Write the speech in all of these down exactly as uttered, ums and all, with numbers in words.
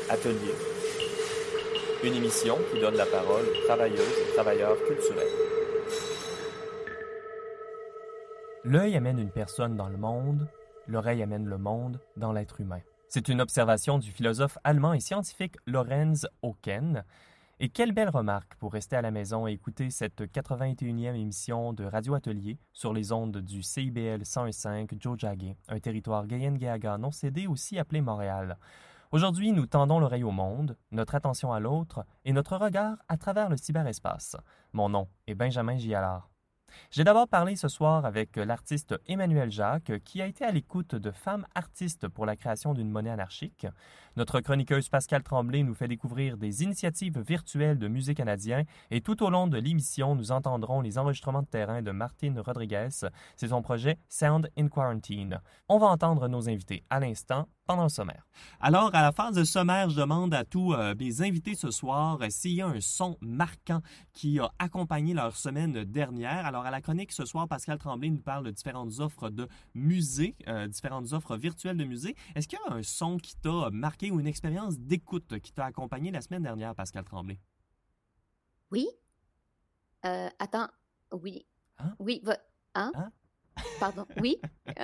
Atelier, une émission qui donne la parole aux travailleuses et travailleurs culturels. L'œil amène une personne dans le monde, l'oreille amène le monde dans l'être humain. C'est une observation du philosophe allemand et scientifique Lorenz Oken. Et quelle belle remarque pour rester à la maison et écouter cette quatre-vingt-et-unième émission de Radio Atelier sur les ondes du C I B L cent un virgule cinq Tiohtià:ke, un territoire Kanien'kehá:ka non cédé, aussi appelé Montréal. Aujourd'hui, nous tendons l'oreille au monde, notre attention à l'autre et notre regard à travers le cyberespace. Mon nom est Benjamin Gialard. J'ai d'abord parlé ce soir avec l'artiste Emmanuel Jacques, qui a été à l'écoute de femmes artistes pour la création d'une monnaie anarchique. Notre chroniqueuse Pascale Tremblay nous fait découvrir des initiatives virtuelles de musées canadiens et tout au long de l'émission, nous entendrons les enregistrements de terrain de Martine Rodriguez. C'est son projet Sound in Quarantine. On va entendre nos invités à l'instant pendant le sommaire. Alors, à la phase de sommaire, je demande à tous euh, mes invités ce soir euh, s'il y a un son marquant qui a accompagné leur semaine dernière. Alors, à la chronique ce soir, Pascale Tremblay nous parle de différentes offres de musées, euh, différentes offres virtuelles de musées. Est-ce qu'il y a un son qui t'a marqué ou une expérience d'écoute qui t'a accompagné la semaine dernière, Pascale Tremblay? Oui. Euh, attends. Oui. Hein? Oui. Va... Hein? Hein? Pardon. Oui.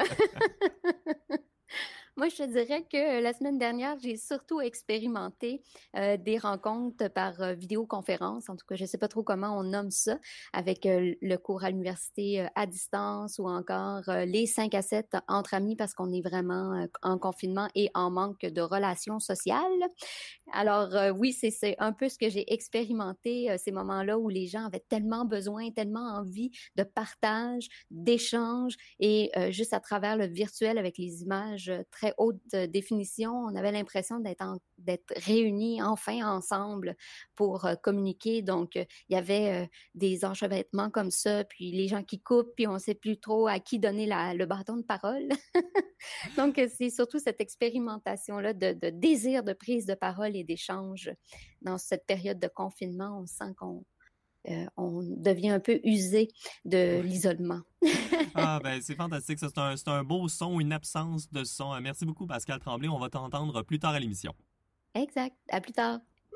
Moi, je te dirais que la semaine dernière, j'ai surtout expérimenté euh, des rencontres par euh, vidéoconférence. En tout cas, je ne sais pas trop comment on nomme ça, avec euh, le cours à l'université euh, à distance ou encore euh, les cinq à sept entre amis parce qu'on est vraiment euh, en confinement et en manque de relations sociales. Alors euh, oui, c'est, c'est un peu ce que j'ai expérimenté, euh, ces moments-là où les gens avaient tellement besoin, tellement envie de partage, d'échange et euh, juste à travers le virtuel avec les images euh, très haute euh, définition, on avait l'impression d'être, en, d'être réunis enfin ensemble pour euh, communiquer. Donc, euh, il y avait euh, des enchevêtrements comme ça, puis les gens qui coupent, puis on ne sait plus trop à qui donner la, le bâton de parole. Donc, c'est surtout cette expérimentation-là de, de désir de prise de parole et d'échange. Dans cette période de confinement, on sent qu'on euh, on devient un peu usé de Ouais. l'isolement. Ah, ben c'est fantastique. Ça, c'est un, c'est un beau son, une absence de son. Merci beaucoup, Pascale Tremblay. On va t'entendre plus tard à l'émission. Exact. À plus tard.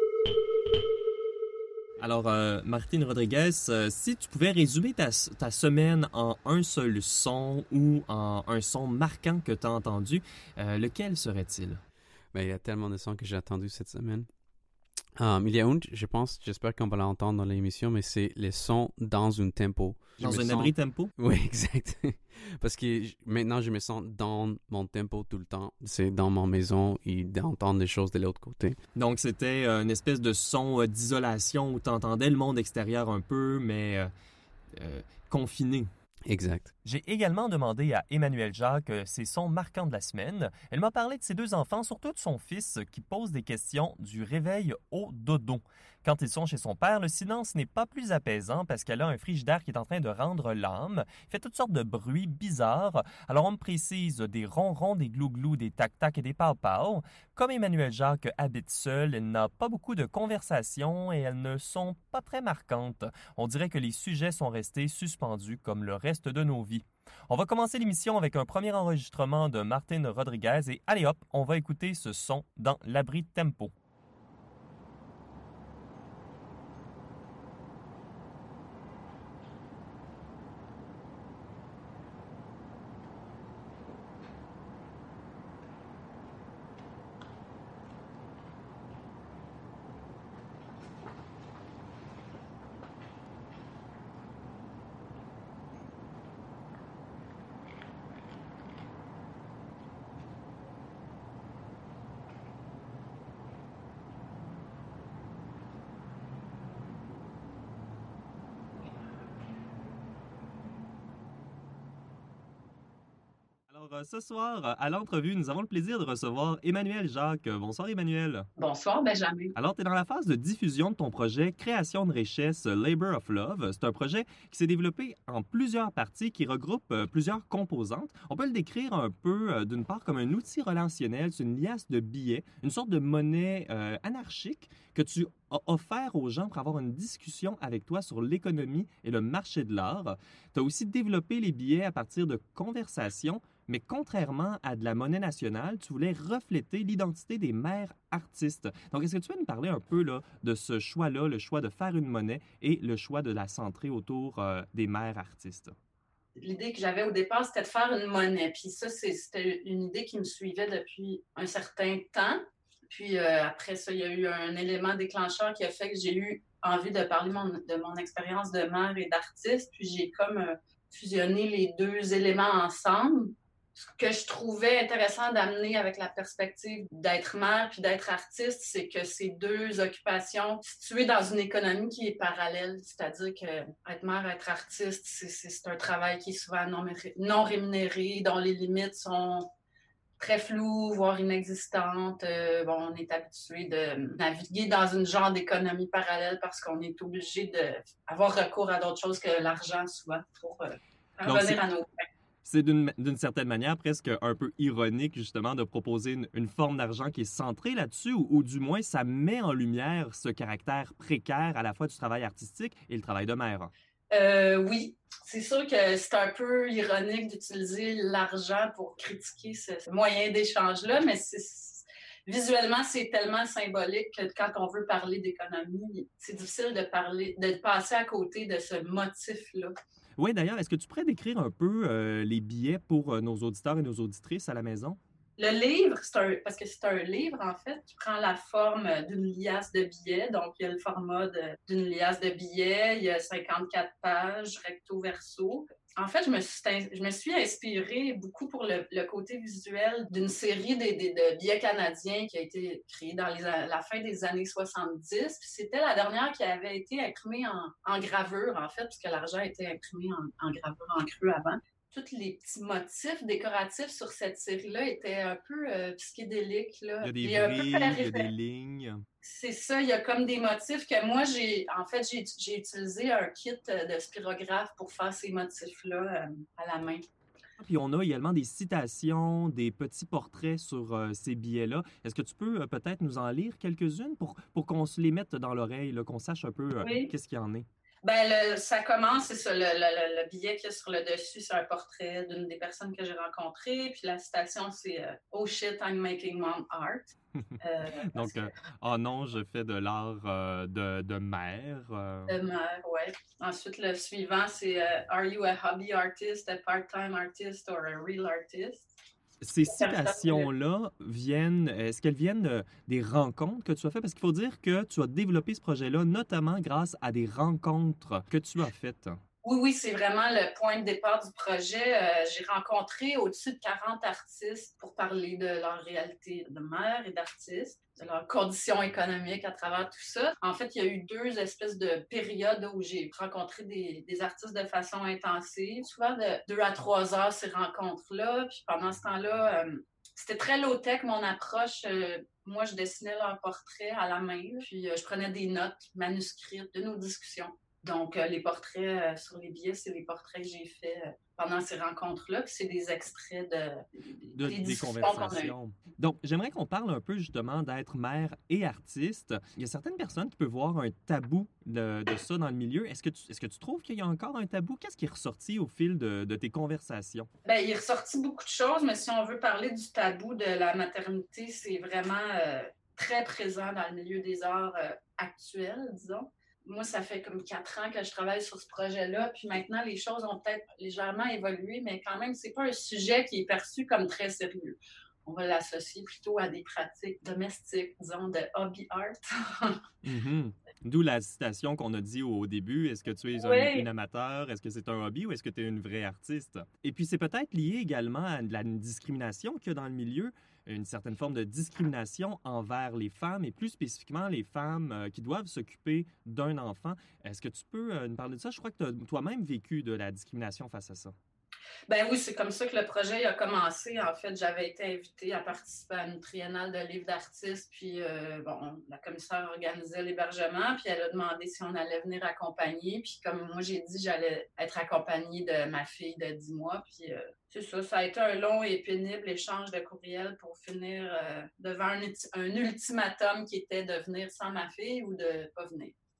Alors, euh, Martine Rodriguez, euh, si tu pouvais résumer ta, ta semaine en un seul son ou en un son marquant que tu as entendu, euh, lequel serait-il? Ben, il y a tellement de sons que j'ai entendus cette semaine. Um, il y a une, je pense, j'espère qu'on va l'entendre dans l'émission, mais c'est les sons dans un tempo. Je Dans un sens... abri tempo? Oui, exact. Parce que je, maintenant, je me sens dans mon tempo tout le temps. C'est dans ma maison et d'entendre des choses de l'autre côté. Donc, c'était euh, une espèce de son euh, d'isolation où tu entendais le monde extérieur un peu, mais euh, euh, confiné. Exact. J'ai également demandé à Emmanuel Jacques ses sons marquants de la semaine. Elle m'a parlé de ses deux enfants, surtout de son fils qui pose des questions du réveil au dodo. Quand ils sont chez son père, le silence n'est pas plus apaisant parce qu'elle a un frigidaire qui est en train de rendre l'âme. Il fait toutes sortes de bruits bizarres. Alors on me précise des ronrons, des glou-glous, des tac-tac et des pow-pow. Comme Emmanuel Jacques habite seul, elle n'a pas beaucoup de conversations et elles ne sont pas très marquantes. On dirait que les sujets sont restés suspendus comme le reste de nos vies. On va commencer l'émission avec un premier enregistrement de Martine Rodriguez et allez hop, on va écouter ce son dans l'abri tempo. Alors, ce soir, à l'entrevue, nous avons le plaisir de recevoir Emmanuel Jacques. Bonsoir, Emmanuel. Bonsoir, Benjamin. Alors, tu es dans la phase de diffusion de ton projet Création de richesse, Labor of Love. C'est un projet qui s'est développé en plusieurs parties, qui regroupe euh, plusieurs composantes. On peut le décrire un peu, euh, d'une part, comme un outil relationnel, c'est une liasse de billets, une sorte de monnaie euh, anarchique que tu as offert aux gens pour avoir une discussion avec toi sur l'économie et le marché de l'art. Tu as aussi développé les billets à partir de conversations Mais contrairement à de la monnaie nationale, tu voulais refléter l'identité des mères artistes. Donc, est-ce que tu peux nous parler un peu là, de ce choix-là, le choix de faire une monnaie et le choix de la centrer autour euh, des mères artistes? L'idée que j'avais au départ, c'était de faire une monnaie. Puis ça, c'était une idée qui me suivait depuis un certain temps. Puis euh, après ça, il y a eu un élément déclencheur qui a fait que j'ai eu envie de parler mon, de mon expérience de mère et d'artiste. Puis j'ai comme euh, fusionné les deux éléments ensemble. Ce que je trouvais intéressant d'amener avec la perspective d'être mère puis d'être artiste, c'est que ces deux occupations situées dans une économie qui est parallèle, c'est-à-dire que être mère, être artiste, c'est, c'est, c'est un travail qui est souvent non, non rémunéré, dont les limites sont très floues, voire inexistantes. Euh, bon, on est habitué de naviguer dans une genre d'économie parallèle parce qu'on est obligé d'avoir recours à d'autres choses que l'argent souvent pour euh, revenir à nos fins. C'est d'une, d'une certaine manière presque un peu ironique, justement, de proposer une, une forme d'argent qui est centrée là-dessus, ou, ou du moins, ça met en lumière ce caractère précaire à la fois du travail artistique et le travail de mère. Euh, oui, c'est sûr que c'est un peu ironique d'utiliser l'argent pour critiquer ce, ce moyen d'échange-là, mais c'est, visuellement, c'est tellement symbolique que quand on veut parler d'économie, c'est difficile de parler, de passer à côté de ce motif-là. Oui, d'ailleurs, est-ce que tu pourrais décrire un peu euh, les billets pour euh, nos auditeurs et nos auditrices à la maison? Le livre, c'est un, parce que c'est un livre, en fait, qui prend la forme d'une liasse de billets. Donc, il y a le format de, d'une liasse de billets, il y a cinquante-quatre pages, recto verso. En fait, je me suis, je me suis inspirée beaucoup pour le, le côté visuel d'une série de, de, de billets canadiens qui a été créée dans les, la fin des années soixante-dix. Puis c'était la dernière qui avait été imprimée en, en gravure, en fait, puisque l'argent était imprimé en, en gravure en creux avant. Tous les petits motifs décoratifs sur cette série-là étaient un peu euh, psychédéliques. Là. Il y a des vrilles, il y a des lignes. C'est ça, il y a comme des motifs que moi, j'ai en fait, j'ai, j'ai utilisé un kit de spirographe pour faire ces motifs-là euh, à la main. Puis on a également des citations, des petits portraits sur euh, ces billets-là. Est-ce que tu peux euh, peut-être nous en lire quelques-unes pour, pour qu'on se les mette dans l'oreille, là, qu'on sache un peu euh, oui. qu'est-ce qu'il y en est? Ben, le, ça commence, c'est ça, le, le, le billet qu'il y a sur le dessus, c'est un portrait d'une des personnes que j'ai rencontrées. Puis la citation, c'est euh, « Oh shit, I'm making mom art ». Euh, Donc, que... euh, oh non, je fais de l'art euh, de, de mère. Euh... De mère, oui. Ensuite, le suivant, c'est euh, « Are you a hobby artist, a part-time artist or a real artist ?» Ces citations-là viennent, est-ce qu'elles viennent des rencontres que tu as faites? Parce qu'il faut dire que tu as développé ce projet-là notamment grâce à des rencontres que tu as faites. Oui, oui, c'est vraiment le point de départ du projet. Euh, j'ai rencontré au-dessus de quarante artistes pour parler de leur réalité de mère et d'artiste, de leurs conditions économiques à travers tout ça. En fait, il y a eu deux espèces de périodes où j'ai rencontré des, des artistes de façon intensive, souvent de deux à trois heures ces rencontres-là. Puis pendant ce temps-là, euh, c'était très low-tech, mon approche. Euh, moi, je dessinais leurs portraits à la main, puis euh, je prenais des notes manuscrites de nos discussions. Donc, euh, les portraits euh, sur les billets, c'est les portraits que j'ai faits euh, pendant ces rencontres-là. Puis c'est des extraits de, de, des, des conversations. Donc, j'aimerais qu'on parle un peu justement d'être mère et artiste. Il y a certaines personnes qui peuvent voir un tabou de, de ça dans le milieu. Est-ce que, tu, est-ce que tu trouves qu'il y a encore un tabou? Qu'est-ce qui est ressorti au fil de, de tes conversations? Bien, il est ressorti beaucoup de choses, mais si on veut parler du tabou de la maternité, c'est vraiment euh, très présent dans le milieu des arts euh, actuels, disons. Moi, ça fait comme quatre ans que je travaille sur ce projet-là, puis maintenant, les choses ont peut-être légèrement évolué, mais quand même, c'est pas un sujet qui est perçu comme très sérieux. On va l'associer plutôt à des pratiques domestiques, disons, de hobby art. Mm-hmm. D'où la citation qu'on a dit au début. Est-ce que tu es oui. un, une amateur? Est-ce que c'est un hobby ou est-ce que tu es une vraie artiste? Et puis, c'est peut-être lié également à la discrimination qu'il y a dans le milieu, une certaine forme de discrimination envers les femmes et plus spécifiquement les femmes euh, qui doivent s'occuper d'un enfant. Est-ce que tu peux euh, nous parler de ça? Je crois que tu as toi-même vécu de la discrimination face à ça. Ben oui, c'est comme ça que le projet a commencé. En fait, j'avais été invitée à participer à une triennale de livres d'artistes, puis euh, bon, la commissaire organisait l'hébergement, puis elle a demandé si on allait venir accompagner, puis comme moi j'ai dit, j'allais être accompagnée de ma fille de dix mois, puis euh, c'est ça, ça a été un long et pénible échange de courriels pour finir euh, devant un, un ultimatum qui était de venir sans ma fille ou de pas venir.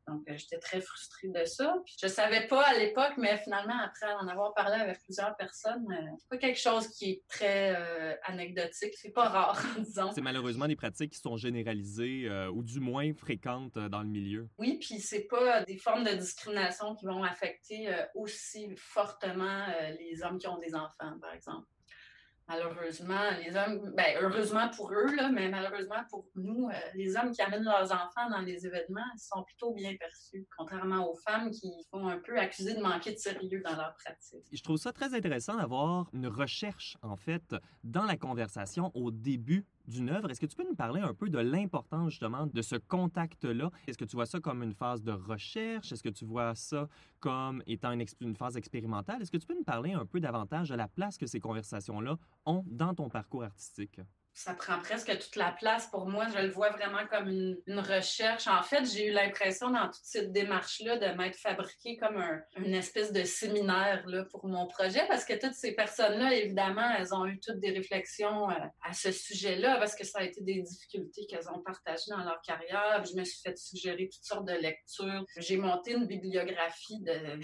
Donc, euh, j'étais très frustrée de ça. Puis, je savais pas à l'époque, mais finalement, après en avoir parlé avec plusieurs personnes, euh, c'est pas quelque chose qui est très euh, anecdotique. C'est pas rare, disons. C'est malheureusement des pratiques qui sont généralisées euh, ou du moins fréquentes euh, dans le milieu. Oui, puis c'est pas euh, des formes de discrimination qui vont affecter euh, aussi fortement euh, les hommes qui ont des enfants, par exemple. Malheureusement, les hommes, ben heureusement pour eux, là, mais malheureusement pour nous, euh, les hommes qui amènent leurs enfants dans les événements sont plutôt bien perçus, contrairement aux femmes qui font un peu accuser de manquer de sérieux dans leur pratique. Je trouve ça très intéressant d'avoir une recherche, en fait, dans la conversation au début d'une œuvre. Est-ce que tu peux nous parler un peu de l'importance, justement, de ce contact-là? Est-ce que tu vois ça comme une phase de recherche? Est-ce que tu vois ça comme étant une, exp- une phase expérimentale? Est-ce que tu peux nous parler un peu davantage de la place que ces conversations-là ont dans ton parcours artistique? Ça prend presque toute la place pour moi. Je le vois vraiment comme une, une recherche. En fait, j'ai eu l'impression dans toute cette démarche-là de m'être fabriquée comme un, une espèce de séminaire là, pour mon projet parce que toutes ces personnes-là, évidemment, elles ont eu toutes des réflexions euh, à ce sujet-là parce que ça a été des difficultés qu'elles ont partagées dans leur carrière. Je me suis fait suggérer toutes sortes de lectures. J'ai monté une bibliographie de...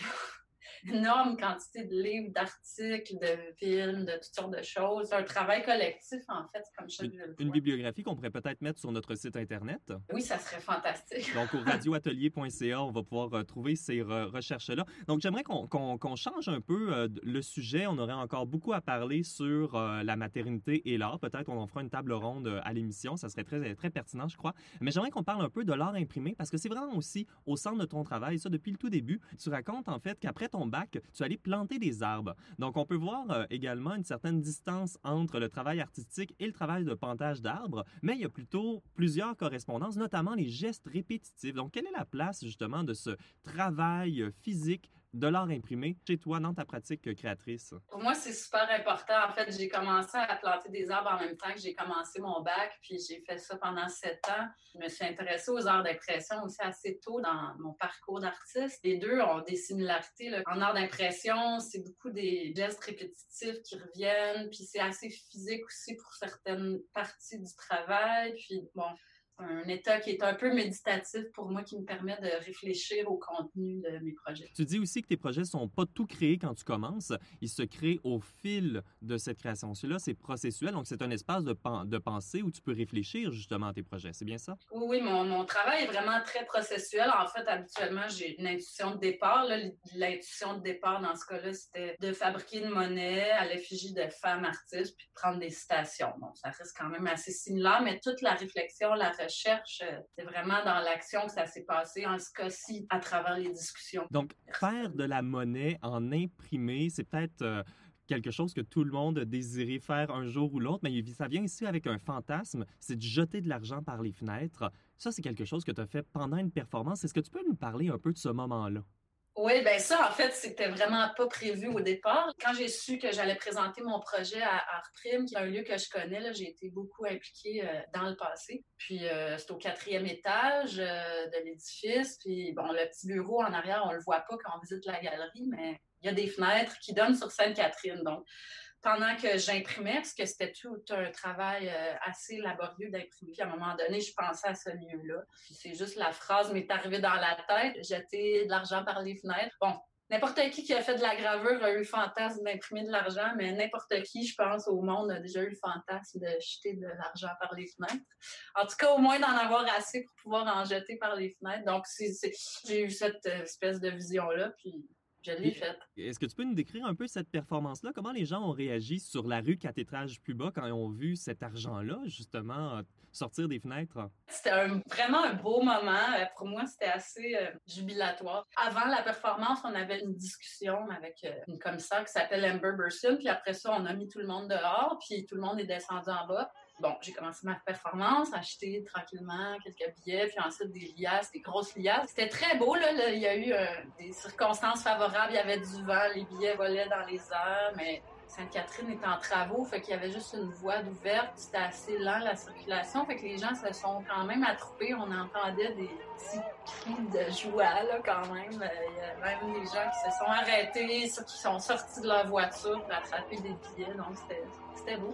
énorme quantité de livres, d'articles, de films, de toutes sortes de choses. C'est un travail collectif, en fait, comme ça que je le vois. Une bibliographie qu'on pourrait peut-être mettre sur notre site Internet. Oui, ça serait fantastique. Donc, au radioatelier point c a, on va pouvoir euh, trouver ces re- recherches-là. Donc, j'aimerais qu'on, qu'on, qu'on change un peu euh, le sujet. On aurait encore beaucoup à parler sur euh, la maternité et l'art. Peut-être qu'on en fera une table ronde euh, à l'émission. Ça serait très, très pertinent, je crois. Mais j'aimerais qu'on parle un peu de l'art imprimé parce que c'est vraiment aussi au centre de ton travail. Ça, depuis le tout début, tu racontes en fait qu'après ton bac, tu allais planter des arbres. Donc, on peut voir euh, également une certaine distance entre le travail artistique et le travail de plantage d'arbres, mais il y a plutôt plusieurs correspondances, notamment les gestes répétitifs. Donc, quelle est la place, justement, de ce travail physique de l'art imprimé chez toi, dans ta pratique créatrice? Pour moi, c'est super important. En fait, j'ai commencé à planter des arbres en même temps que j'ai commencé mon bac, puis j'ai fait ça pendant sept ans. Je me suis intéressée aux arts d'impression aussi assez tôt dans mon parcours d'artiste. Les deux ont des similarités, là. En art d'impression, c'est beaucoup des gestes répétitifs qui reviennent, puis c'est assez physique aussi pour certaines parties du travail. Puis bon, un état qui est un peu méditatif pour moi, qui me permet de réfléchir au contenu de mes projets. Tu dis aussi que tes projets ne sont pas tout créés quand tu commences. Ils se créent au fil de cette création-là. C'est processuel, donc c'est un espace de, pen- de pensée où tu peux réfléchir justement à tes projets. C'est bien ça? Oui, oui, mon, mon travail est vraiment très processuel. En fait, habituellement, j'ai une intuition de départ. Là. L'intuition de départ, dans ce cas-là, c'était de fabriquer une monnaie à l'effigie de femmes artistes puis de prendre des citations. Bon, ça reste quand même assez similaire, mais toute la réflexion, la recherche, c'est vraiment dans l'action que ça s'est passé, en ce cas-ci, à travers les discussions. Donc, faire de la monnaie en imprimé, c'est peut-être euh, quelque chose que tout le monde désirait faire un jour ou l'autre, mais ça vient ici avec un fantasme, c'est de jeter de l'argent par les fenêtres. Ça, c'est quelque chose que tu as fait pendant une performance. Est-ce que tu peux nous parler un peu de ce moment-là? Oui, bien ça, en fait, c'était vraiment pas prévu au départ. Quand j'ai su que j'allais présenter mon projet à Artprime, qui est un lieu que je connais, là, j'ai été beaucoup impliquée euh, dans le passé. Puis euh, c'est au quatrième étage euh, de l'édifice. Puis bon, le petit bureau en arrière, on le voit pas quand on visite la galerie, mais il y a des fenêtres qui donnent sur Sainte-Catherine. Donc, pendant que j'imprimais, parce que c'était tout un travail euh, assez laborieux d'imprimer. Puis à un moment donné, je pensais à ce lieu-là. Puis c'est juste la phrase m'est arrivée dans la tête, jeter de l'argent par les fenêtres. Bon, n'importe qui qui a fait de la gravure a eu le fantasme d'imprimer de l'argent, mais n'importe qui, je pense, au monde a déjà eu le fantasme de jeter de l'argent par les fenêtres. En tout cas, au moins d'en avoir assez pour pouvoir en jeter par les fenêtres. Donc, c'est, c'est... j'ai eu cette espèce de vision-là, puis je l'ai faite. Est-ce que tu peux nous décrire un peu cette performance-là? Comment les gens ont réagi sur la rue quatre étages plus bas quand ils ont vu cet argent-là, justement, sortir des fenêtres? C'était un, vraiment un beau moment. Pour moi, c'était assez euh, jubilatoire. Avant la performance, on avait une discussion avec euh, une commissaire qui s'appelle Amber Burson. Puis après ça, on a mis tout le monde dehors, puis tout le monde est descendu en bas. Bon, j'ai commencé ma performance, acheté tranquillement quelques billets, puis ensuite des liasses, des grosses liasses. C'était très beau, là. là il y a eu euh, des circonstances favorables. Il y avait du vent, les billets volaient dans les airs, mais Sainte-Catherine était en travaux, fait qu'il y avait juste une voie d'ouverte. C'était assez lent, la circulation, fait que les gens se sont quand même attroupés. On entendait des petits cris de joie, là, quand même. Il y a même des gens qui se sont arrêtés, qui sont sortis de leur voiture pour attraper des billets, donc c'était, c'était beau.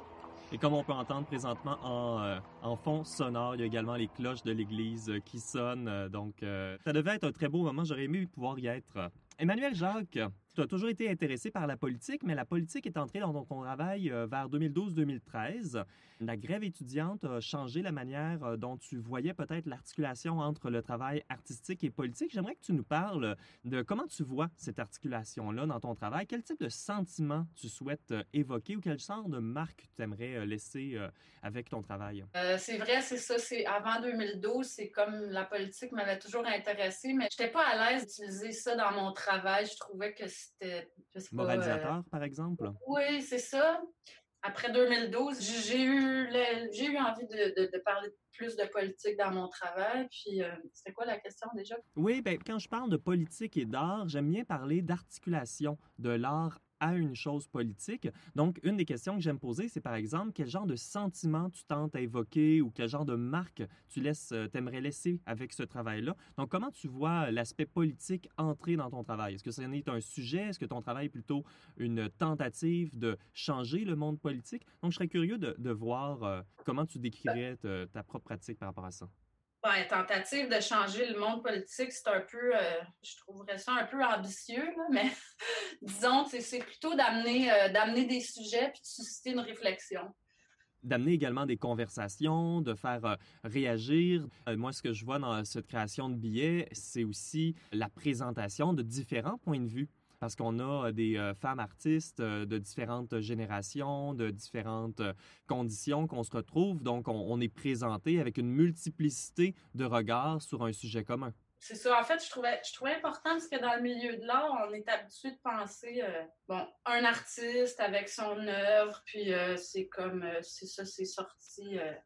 Et comme on peut entendre présentement en, euh, en fond sonore, il y a également les cloches de l'église euh, qui sonnent. Euh, donc, euh, ça devait être un très beau moment. J'aurais aimé pouvoir y être. Emmanuel Jacques, tu as toujours été intéressé par la politique, mais la politique est entrée dans ton travail euh, vers deux mille douze deux mille treize. La grève étudiante a changé la manière euh, dont tu voyais peut-être l'articulation entre le travail artistique et politique. J'aimerais que tu nous parles de comment tu vois cette articulation-là dans ton travail. Quel type de sentiments tu souhaites euh, évoquer ou quel genre de marque tu aimerais euh, laisser euh, avec ton travail? Euh, c'est vrai, c'est ça. C'est avant deux mille douze, c'est comme la politique m'avait toujours intéressée, mais j'étais pas à l'aise d'utiliser ça dans mon travail. Je trouvais que c'était... je sais pas, Moralisateur, euh, par exemple? Oui, c'est ça. Après deux mille douze, j'ai eu, le- j'ai eu envie de, de- de parler plus de politique dans mon travail. Puis, euh, c'était quoi la question déjà? Oui, ben, quand je parle de politique et d'art, j'aime bien parler d'articulation de l'art à une chose politique. Donc, une des questions que j'aime poser, c'est par exemple, quel genre de sentiment tu tentes à évoquer ou quel genre de marque tu laisses, euh, t'aimerais laisser avec ce travail-là. Donc, comment tu vois l'aspect politique entrer dans ton travail? Est-ce que ça en est un sujet? Est-ce que ton travail est plutôt une tentative de changer le monde politique? Donc, je serais curieux de, de voir euh, comment tu décrirais te- ta propre pratique par rapport à ça. Ben, tentative de changer le monde politique, c'est un peu, euh, je trouverais ça un peu ambitieux, là, mais disons, c'est c'est plutôt d'amener euh, d'amener des sujets puis de susciter une réflexion. D'amener également des conversations, de faire euh, réagir. Euh, moi, ce que je vois dans cette création de billets, c'est aussi la présentation de différents points de vue. Parce qu'on a des euh, femmes artistes euh, de différentes générations, de différentes euh, conditions qu'on se retrouve. Donc, on, on est présenté avec une multiplicité de regards sur un sujet commun. C'est ça. En fait, je trouvais, je trouvais important parce que dans le milieu de l'art, on est habitué de penser, euh, bon, un artiste avec son œuvre, puis euh, c'est comme, euh, c'est ça, c'est sorti euh,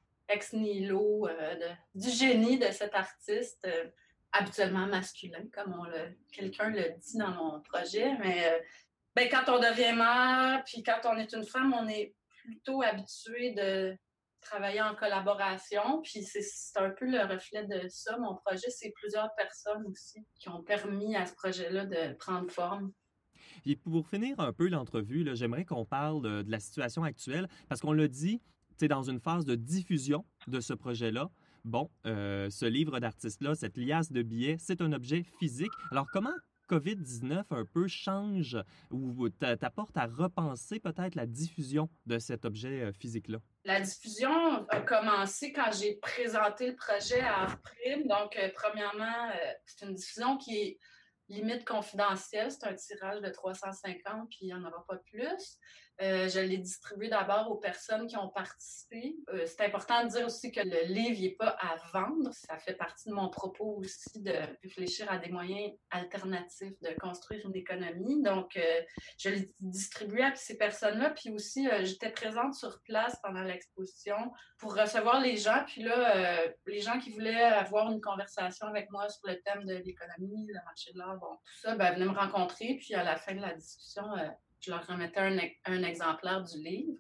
ex nihilo euh, de- du génie de cet artiste, euh, habituellement masculin, comme on le, quelqu'un le dit dans mon projet. Mais euh, ben, quand on devient mère, puis quand on est une femme, on est plutôt habitué de travailler en collaboration. Puis c'est, c'est un peu le reflet de ça. Mon projet, c'est plusieurs personnes aussi qui ont permis à ce projet-là de prendre forme. Et pour finir un peu l'entrevue, là, j'aimerais qu'on parle de, de la situation actuelle, parce qu'on l'a dit, tu sais, dans une phase de diffusion de ce projet-là. Bon, euh, ce livre d'artiste-là, cette liasse de billets, c'est un objet physique. Alors, comment covid dix-neuf un peu change ou t'a- t'apporte à repenser peut-être la diffusion de cet objet euh, physique-là? La diffusion a commencé quand j'ai présenté le projet à Artprime. Donc, euh, premièrement, euh, c'est une diffusion qui est limite confidentielle. C'est un tirage de trois cent cinquante, puis il n'y en aura pas plus. Euh, je l'ai distribué d'abord aux personnes qui ont participé. Euh, c'est important de dire aussi que le livre n'est pas à vendre. Ça fait partie de mon propos aussi de réfléchir à des moyens alternatifs de construire une économie. Donc, euh, je l'ai distribué à ces personnes-là. Puis aussi, euh, j'étais présente sur place pendant l'exposition pour recevoir les gens. Puis là, euh, les gens qui voulaient avoir une conversation avec moi sur le thème de l'économie, le marché de l'art, bon, tout ça, ben, venaient me rencontrer. Puis à la fin de la discussion, euh, je leur remettais un, un exemplaire du livre.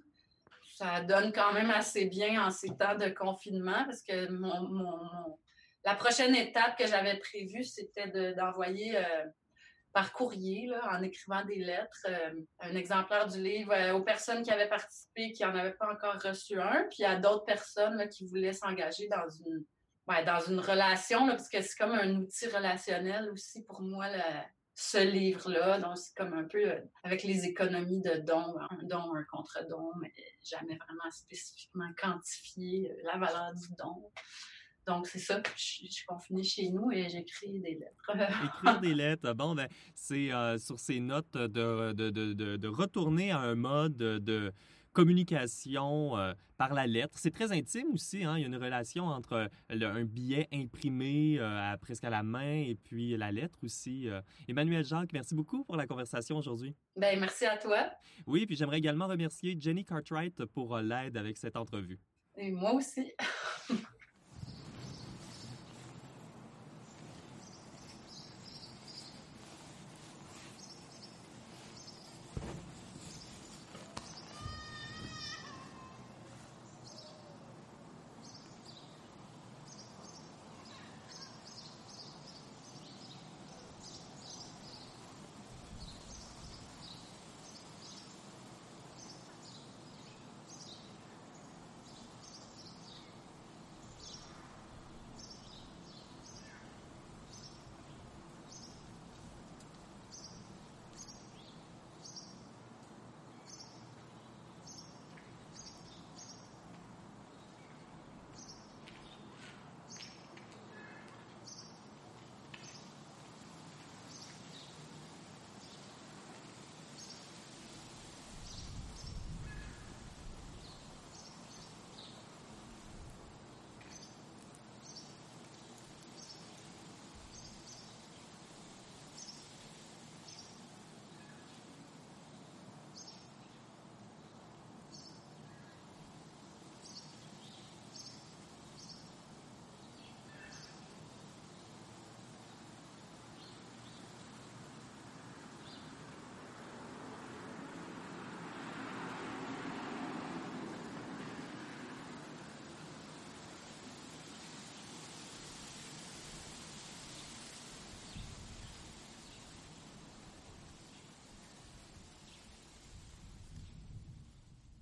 Ça donne quand même assez bien en ces temps de confinement parce que mon, mon, mon... la prochaine étape que j'avais prévue, c'était de, d'envoyer euh, par courrier, là, en écrivant des lettres, euh, un exemplaire du livre euh, aux personnes qui avaient participé, qui n'en avaient pas encore reçu un, puis à d'autres personnes là, qui voulaient s'engager dans une, ouais, dans une relation, là, parce que c'est comme un outil relationnel aussi pour moi, là, ce livre-là. Donc, c'est comme un peu euh, avec les économies de dons, un don, un contre-don, mais jamais vraiment spécifiquement quantifié euh, la valeur du don. Donc, c'est ça. Je, je suis confinée chez nous et j'écris des lettres. Écrire des lettres, bon, ben, c'est euh, sur ces notes de, de, de, de, de retourner à un mode de communication euh, par la lettre. C'est très intime aussi, hein? Il y a une relation entre le, un billet imprimé euh, à, presque à la main et puis la lettre aussi. Euh. Emmanuel Jacques, merci beaucoup pour la conversation aujourd'hui. Ben, merci à toi. Oui, puis j'aimerais également remercier Jenny Cartwright pour euh, l'aide avec cette entrevue. Et moi aussi.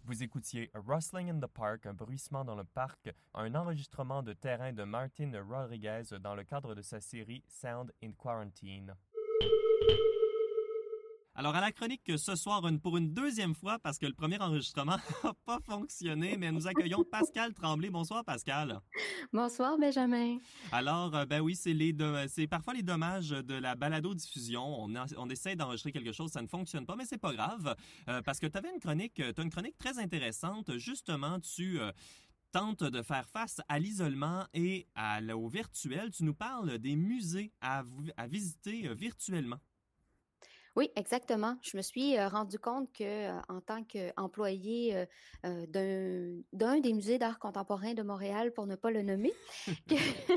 Vous écoutiez A Rustling in the Park, un bruissement dans le parc, un enregistrement de terrain de Martin Rodriguez dans le cadre de sa série Sound in Quarantine. Alors, à la chronique ce soir, une, pour une deuxième fois, parce que le premier enregistrement n'a pas fonctionné, mais nous accueillons Pascale Tremblay. Bonsoir, Pascale. Bonsoir, Benjamin. Alors, euh, ben oui, c'est les do- c'est parfois les dommages de la balado-diffusion. On, a- on essaie d'enregistrer quelque chose, ça ne fonctionne pas, mais c'est pas grave, euh, parce que tu avais une chronique, t'as une chronique très intéressante. Justement, tu... Euh, tentes de faire face à l'isolement et à, au virtuel. Tu nous parles des musées à, à visiter euh, virtuellement. Oui, exactement. Je me suis euh, rendu compte que, euh, en tant qu'employée euh, euh, d'un, d'un des musées d'art contemporain de Montréal, pour ne pas le nommer, que,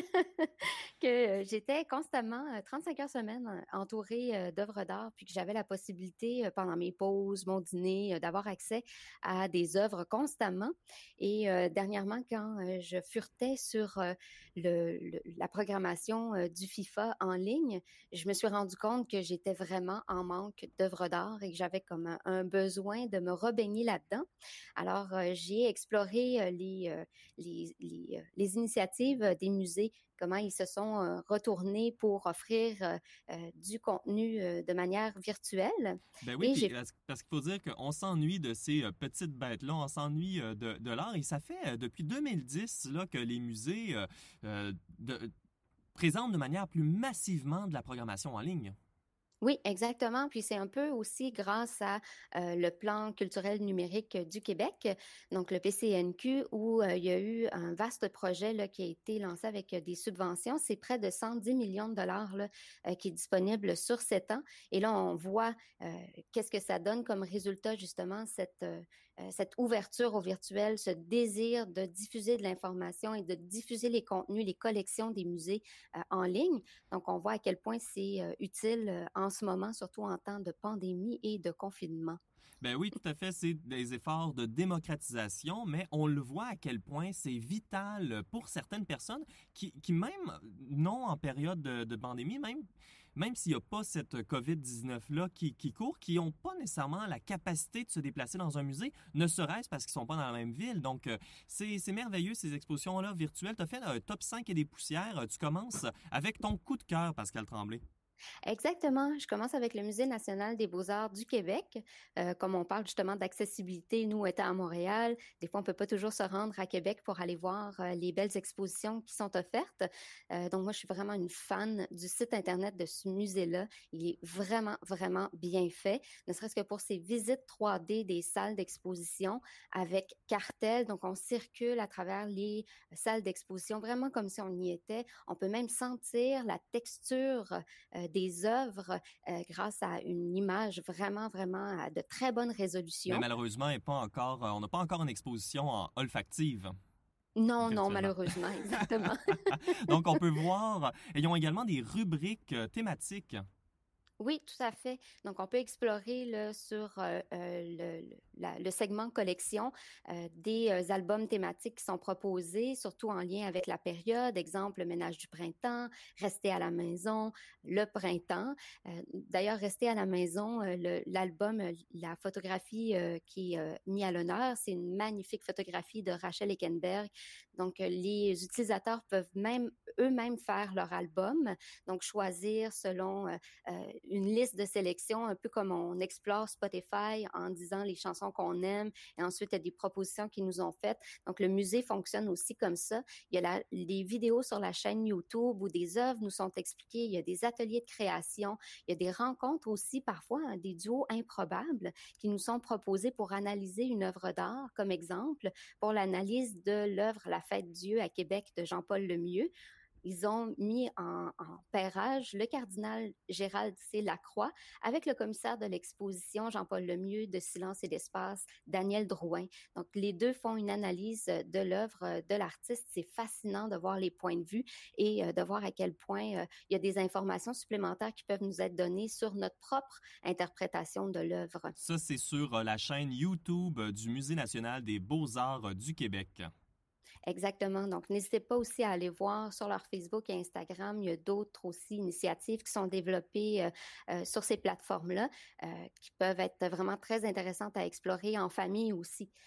que j'étais constamment euh, trente-cinq heures semaine euh, entourée euh, d'œuvres d'art, puis que j'avais la possibilité euh, pendant mes pauses, mon dîner, euh, d'avoir accès à des œuvres constamment. Et euh, dernièrement, quand euh, je furetais sur euh, le, le, la programmation euh, du FIFA en ligne, je me suis rendu compte que j'étais vraiment en manque d'œuvres d'art et que j'avais comme un, un besoin de me rebaigner là-dedans. Alors, euh, j'ai exploré euh, les, euh, les, les, euh, les initiatives des musées, comment ils se sont euh, retournés pour offrir euh, euh, du contenu euh, de manière virtuelle. Ben oui, Et puis j'ai... parce parce qu'il faut dire qu'on s'ennuie de ces euh, petites bêtes-là, on s'ennuie euh, de, de l'art et ça fait euh, depuis deux mille dix là, que les musées euh, euh, de, présentent de manière plus massivement de la programmation en ligne. Oui, exactement. Puis c'est un peu aussi grâce à euh, le plan culturel numérique du Québec, donc le P C N Q, où euh, il y a eu un vaste projet là, qui a été lancé avec euh, des subventions. C'est près de cent dix millions de dollars là, euh, qui est disponible sur sept ans. Et là, on voit euh, qu'est-ce que ça donne comme résultat, justement, cette, euh, cette ouverture au virtuel, ce désir de diffuser de l'information et de diffuser les contenus, les collections des musées euh, en ligne. Donc, on voit à quel point c'est euh, utile euh, en ce moment, surtout en temps de pandémie et de confinement. Ben oui, tout à fait, c'est des efforts de démocratisation, mais on le voit à quel point c'est vital pour certaines personnes qui, qui même, non en période de, de pandémie, même, même s'il n'y a pas cette covid dix-neuf-là qui, qui court, qui n'ont pas nécessairement la capacité de se déplacer dans un musée, ne serait-ce parce qu'ils ne sont pas dans la même ville. Donc, euh, c'est, c'est merveilleux, ces expositions-là virtuelles. Tu as fait un top cinq et des poussières. Tu commences avec ton coup de cœur, Pascale Tremblay. Exactement. Je commence avec le Musée national des beaux-arts du Québec. Euh, comme on parle justement d'accessibilité, nous étant à Montréal, des fois on peut pas toujours se rendre à Québec pour aller voir euh, les belles expositions qui sont offertes. Euh, donc moi, je suis vraiment une fan du site internet de ce musée-là. Il est vraiment, vraiment bien fait, ne serait-ce que pour ses visites trois D des salles d'exposition avec cartels. Donc on circule à travers les salles d'exposition vraiment comme si on y était. On peut même sentir la texture euh, des œuvres euh, grâce à une image vraiment, vraiment à de très bonne résolution. Mais malheureusement, est pas encore, on n'a pas encore une exposition en olfactive. Non, non, malheureusement, exactement. Donc, on peut voir, ayons également des rubriques euh, thématiques. Oui, tout à fait. Donc, on peut explorer là, sur euh, le, le, la, le segment collection euh, des euh, albums thématiques qui sont proposés, surtout en lien avec la période. Exemple, le ménage du printemps, rester à la maison, le printemps. Euh, d'ailleurs, rester à la maison, euh, le, l'album, la photographie euh, qui est euh, mise à l'honneur, c'est une magnifique photographie de Rachel Eckenberg. Donc, euh, les utilisateurs peuvent même eux-mêmes faire leur album, donc choisir selon euh, euh, une liste de sélection, un peu comme on explore Spotify en disant les chansons qu'on aime et ensuite il y a des propositions qu'ils nous ont faites. Donc le musée fonctionne aussi comme ça. Il y a la, les vidéos sur la chaîne YouTube où des œuvres nous sont expliquées. Il y a des ateliers de création. Il y a des rencontres aussi parfois, hein, des duos improbables qui nous sont proposés pour analyser une œuvre d'art. Comme exemple, pour l'analyse de l'œuvre La Fête Dieu à Québec de Jean-Paul Lemieux, ils ont mis en, en pairage le cardinal Gérald C. Lacroix avec le commissaire de l'exposition Jean-Paul Lemieux de Silence et d'Espace, Daniel Drouin. Donc, les deux font une analyse de l'œuvre de l'artiste. C'est fascinant de voir les points de vue et de voir à quel point euh, il y a des informations supplémentaires qui peuvent nous être données sur notre propre interprétation de l'œuvre. Ça, c'est sur la chaîne YouTube du Musée national des beaux-arts du Québec. Exactement. Donc, n'hésitez pas aussi à aller voir sur leur Facebook et Instagram. Il y a d'autres aussi initiatives qui sont développées euh, euh, sur ces plateformes-là euh, qui peuvent être vraiment très intéressantes à explorer en famille aussi.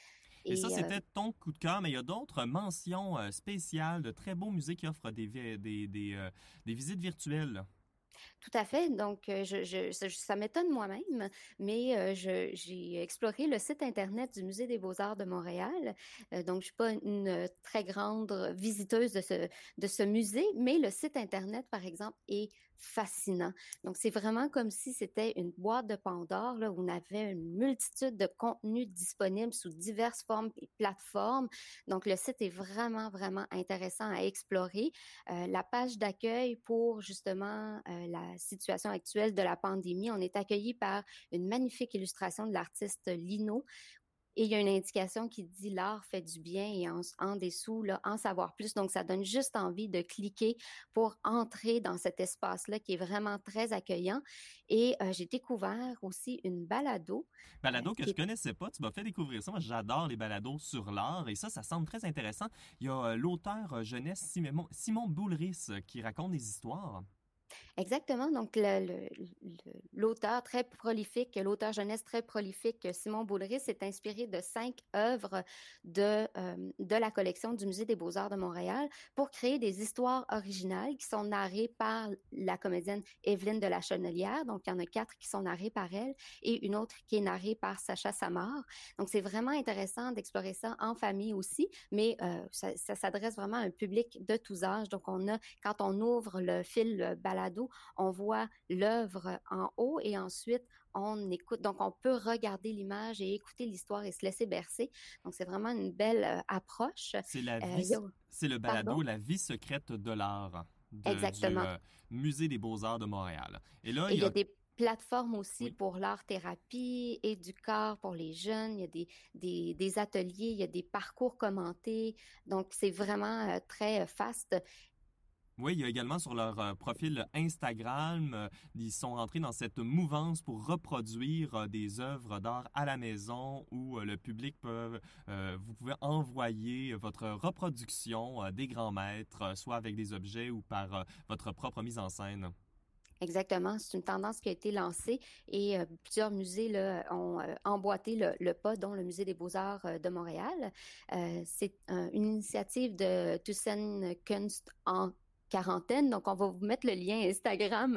Et, et ça, c'était euh, ton coup de cœur, mais il y a d'autres mentions euh, spéciales de très beaux musées qui offrent des, vi- des, des, euh, des visites virtuelles. Tout à fait. Donc, euh, je, je- ça, ça m'étonne moi-même, mais euh, je- j'ai exploré le site Internet du Musée des Beaux-Arts de Montréal. Euh, donc, je suis pas une euh, très grande visiteuse de ce, de ce musée, mais le site Internet, par exemple, est fascinant. Donc, c'est vraiment comme si c'était une boîte de Pandore, là, où on avait une multitude de contenus disponibles sous diverses formes et plateformes. Donc, le site est vraiment, vraiment intéressant à explorer. Euh, la page d'accueil pour justement euh, la situation actuelle de la pandémie, on est accueilli par une magnifique illustration de l'artiste Lino. Et il y a une indication qui dit l'art fait du bien et en, en dessous, là, en savoir plus. Donc, ça donne juste envie de cliquer pour entrer dans cet espace-là qui est vraiment très accueillant. Et euh, j'ai découvert aussi une balado. euh, Balado que qui je est connaissais pas, tu m'as fait découvrir ça. Moi, j'adore les balados sur l'art et ça, ça semble très intéressant. Il y a euh, l'auteur euh, jeunesse Simon, Simon Boulris euh, qui raconte des histoires. Exactement. Donc, le- le- le- l'auteur très prolifique, l'auteur jeunesse très prolifique, Simon Boulris, s'est inspiré de cinq œuvres de, euh, de la collection du Musée des Beaux-Arts de Montréal pour créer des histoires originales qui sont narrées par la comédienne Evelyne de la Chenelière. Donc, il y en a quatre qui sont narrées par elle et une autre qui est narrée par Sacha Samar. Donc, c'est vraiment intéressant d'explorer ça en famille aussi, mais euh, ça, ça s'adresse vraiment à un public de tous âges. Donc, on a, quand on ouvre le fil balado, on voit l'œuvre en haut et ensuite on écoute. Donc, on peut regarder l'image et écouter l'histoire et se laisser bercer. Donc, c'est vraiment une belle euh, approche. C'est la Euh, vie, il y a- c'est le Pardon? balado La vie secrète de l'art de- du Exactement. euh, Musée des Beaux-Arts de Montréal. Et là, Et il il y y a a... des plateformes aussi Oui. pour l'art-thérapie et du corps pour les jeunes. Il y a des, des, des ateliers, il y a des parcours commentés. Donc, c'est vraiment euh, très euh, faste. Oui, il y a également sur leur euh, profil Instagram, euh, ils sont rentrés dans cette mouvance pour reproduire euh, des œuvres d'art à la maison où euh, le public peut, euh, vous pouvez envoyer votre reproduction euh, des grands maîtres, euh, soit avec des objets ou par euh, votre propre mise en scène. Exactement, c'est une tendance qui a été lancée et euh, plusieurs musées là, ont euh, emboîté le, le pas, dont le Musée des Beaux-Arts euh, de Montréal. Euh, c'est euh, une initiative de Thyssen Kunst en quarantaine, donc on va vous mettre le lien Instagram.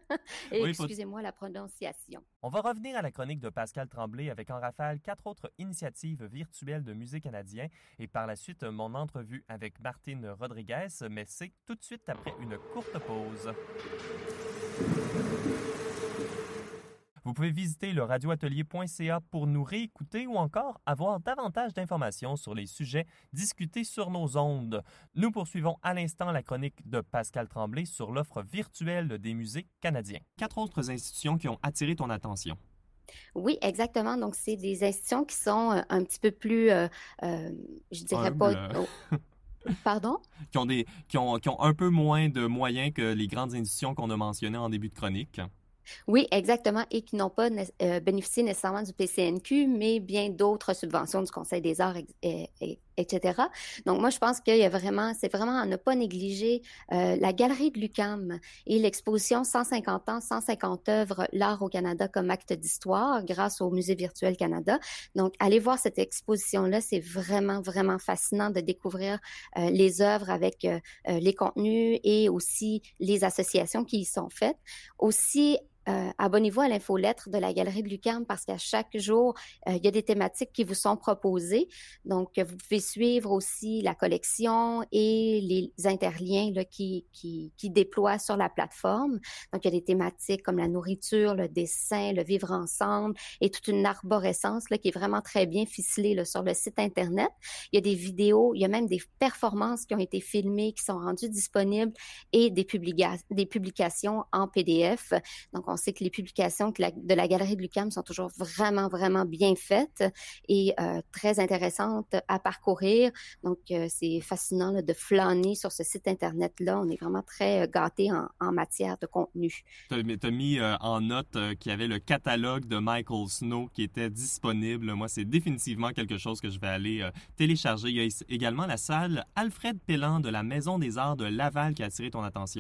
Et Oui, faut- excusez-moi la prononciation. On va revenir à la chronique de Pascal Tremblay avec en rafale quatre autres initiatives virtuelles de musées canadiens et par la suite mon entrevue avec Martine Rodriguez, mais c'est tout de suite après une courte pause. Vous pouvez visiter le radioatelier point c a pour nous réécouter ou encore avoir davantage d'informations sur les sujets discutés sur nos ondes. Nous poursuivons à l'instant la chronique de Pascal Tremblay sur l'offre virtuelle des musées canadiens. Quatre autres institutions qui ont attiré ton attention. Oui, exactement. Donc, c'est des institutions qui sont euh, un petit peu plus, euh, euh, je dirais pas... Humbles. oh, pardon? qui ont des qui ont, qui ont un peu moins de moyens que les grandes institutions qu'on a mentionnées en début de chronique. Oui, exactement, et qui n'ont pas né- euh, bénéficié nécessairement du P C N Q, mais bien d'autres subventions du Conseil des arts, ex- et, et- etc. Donc, moi, je pense qu'il y a vraiment, c'est vraiment à ne pas négliger euh, la Galerie de l'U Q A M et l'exposition cent cinquante ans, cent cinquante œuvres, l'art au Canada comme acte d'histoire grâce au Musée virtuel Canada. Donc, allez voir cette exposition-là, c'est vraiment, vraiment fascinant de découvrir euh, les œuvres avec euh, euh, les contenus et aussi les associations qui y sont faites. Aussi, Euh, abonnez-vous à l'infolettre de la Galerie de l'U Q A M parce qu'à chaque jour, euh, il y a des thématiques qui vous sont proposées. Donc, euh, vous pouvez suivre aussi la collection et les interliens là, qui, qui, qui déploient sur la plateforme. Donc, il y a des thématiques comme la nourriture, le dessin, le vivre ensemble et toute une arborescence là, qui est vraiment très bien ficelée là, sur le site Internet. Il y a des vidéos, il y a même des performances qui ont été filmées, qui sont rendues disponibles et des, publica des publications en P D F. Donc, on sait que les publications de la Galerie de l'U Q A M sont toujours vraiment, vraiment bien faites et euh, très intéressantes à parcourir. Donc, euh, c'est fascinant là, de flâner sur ce site Internet-là. On est vraiment très euh, gâtés en, en matière de contenu. Tu as mis euh, en note euh, qu'il y avait le catalogue de Michael Snow qui était disponible. Moi, c'est définitivement quelque chose que je vais aller euh, télécharger. Il y a également la salle Alfred Pellan de la Maison des Arts de Laval qui a attiré ton attention.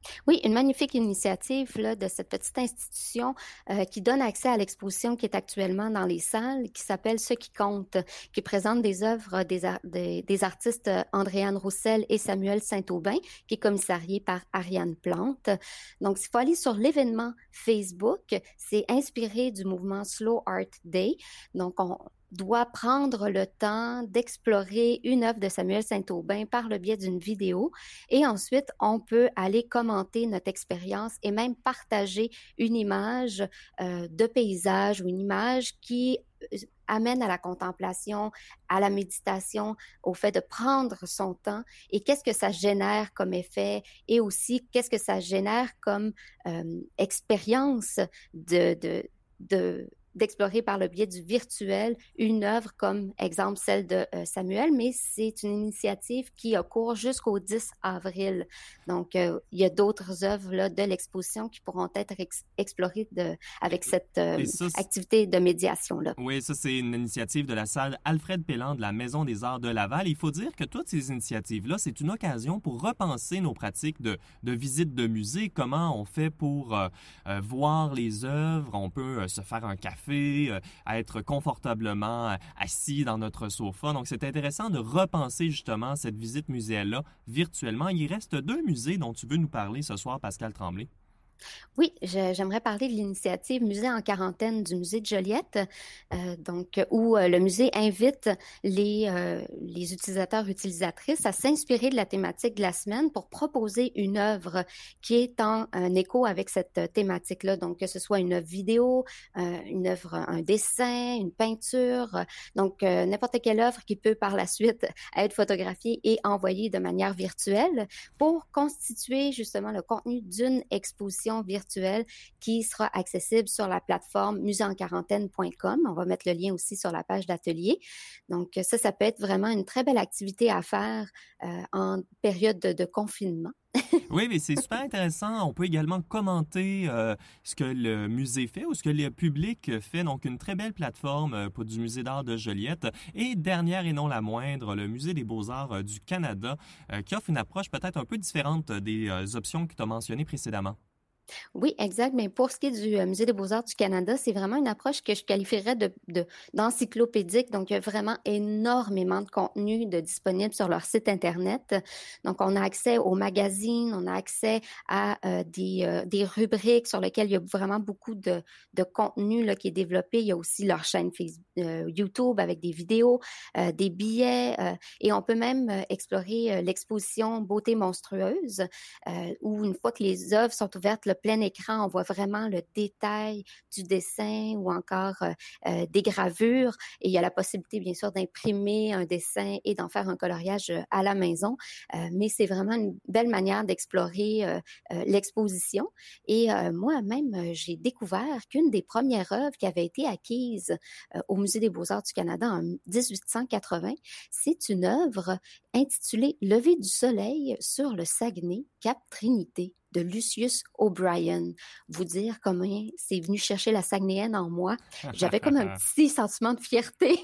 Oui, une magnifique initiative là, de cette petite institution euh, qui donne accès à l'exposition qui est actuellement dans les salles, qui s'appelle Ce qui compte, qui présente des œuvres des, ar- des, des artistes Andréane Roussel et Samuel Saint-Aubin, qui est commissarié par Ariane Plante. Donc, s'il faut aller sur l'événement Facebook, c'est inspiré du mouvement Slow Art Day. Donc, on doit prendre le temps d'explorer une œuvre de Samuel Saint-Aubin par le biais d'une vidéo et ensuite on peut aller commenter notre expérience et même partager une image euh, de paysage ou une image qui amène à la contemplation, à la méditation, au fait de prendre son temps et qu'est-ce que ça génère comme effet et aussi qu'est-ce que ça génère comme euh, expérience de, de, de d'explorer par le biais du virtuel une œuvre comme exemple celle de euh, Samuel, mais c'est une initiative qui a cours jusqu'au dix avril. Donc, euh, il y a d'autres œuvres là, de l'exposition qui pourront être ex- explorées de, avec cette euh, ça, activité de médiation-là. Oui, ça, c'est une initiative de la salle Alfred Pelland de la Maison des Arts de Laval. Il faut dire que toutes ces initiatives-là, c'est une occasion pour repenser nos pratiques de, de visite de musée, comment on fait pour euh, euh, voir les œuvres, on peut euh, se faire un café, Euh, à être confortablement euh, assis dans notre sofa. Donc, c'est intéressant de repenser justement cette visite muséale-là virtuellement. Il reste deux musées dont tu veux nous parler ce soir, Pascal Tremblay. Oui, je, j'aimerais parler de l'initiative Musée en quarantaine du musée de Joliette, euh, donc où euh, le musée invite les, euh, les utilisateurs utilisatrices à s'inspirer de la thématique de la semaine pour proposer une œuvre qui est en un écho avec cette thématique-là. Donc, que ce soit une œuvre vidéo, euh, une œuvre, un dessin, une peinture, donc euh, n'importe quelle œuvre qui peut par la suite être photographiée et envoyée de manière virtuelle pour constituer justement le contenu d'une exposition virtuelle qui sera accessible sur la plateforme musée en quarantaine point com. On va mettre le lien aussi sur la page d'atelier. Donc ça, ça peut être vraiment une très belle activité à faire euh, en période de, de confinement. Oui, mais c'est super intéressant. On peut également commenter euh, ce que le musée fait ou ce que le public fait. Donc, une très belle plateforme euh, pour du musée d'art de Joliette. Et dernière et non la moindre, le musée des beaux-arts euh, du Canada euh, qui offre une approche peut-être un peu différente des euh, options que tu as mentionnées précédemment. Oui, exact. Mais pour ce qui est du euh, Musée des beaux-arts du Canada, c'est vraiment une approche que je qualifierais de, de, d'encyclopédique. Donc, il y a vraiment énormément de contenu de disponible sur leur site Internet. Donc, on a accès aux magazines, on a accès à euh, des, euh, des rubriques sur lesquelles il y a vraiment beaucoup de, de contenu là, qui est développé. Il y a aussi leur chaîne Facebook, euh, YouTube avec des vidéos, euh, des billets. Euh, et on peut même euh, explorer euh, l'exposition Beauté monstrueuse, euh, où une fois que les œuvres sont ouvertes, le plein écran, on voit vraiment le détail du dessin ou encore euh, euh, des gravures. Et il y a la possibilité, bien sûr, d'imprimer un dessin et d'en faire un coloriage à la maison. Euh, mais c'est vraiment une belle manière d'explorer euh, euh, l'exposition. Et euh, moi-même, j'ai découvert qu'une des premières œuvres qui avait été acquise euh, au Musée des beaux-arts du Canada en dix-huit cent quatre-vingts, c'est une œuvre intitulée « Lever du soleil sur le Saguenay, Cap Trinité » de Lucius O'Brien. Vous dire comment c'est venu chercher la Saguenayenne en moi. J'avais comme un petit sentiment de fierté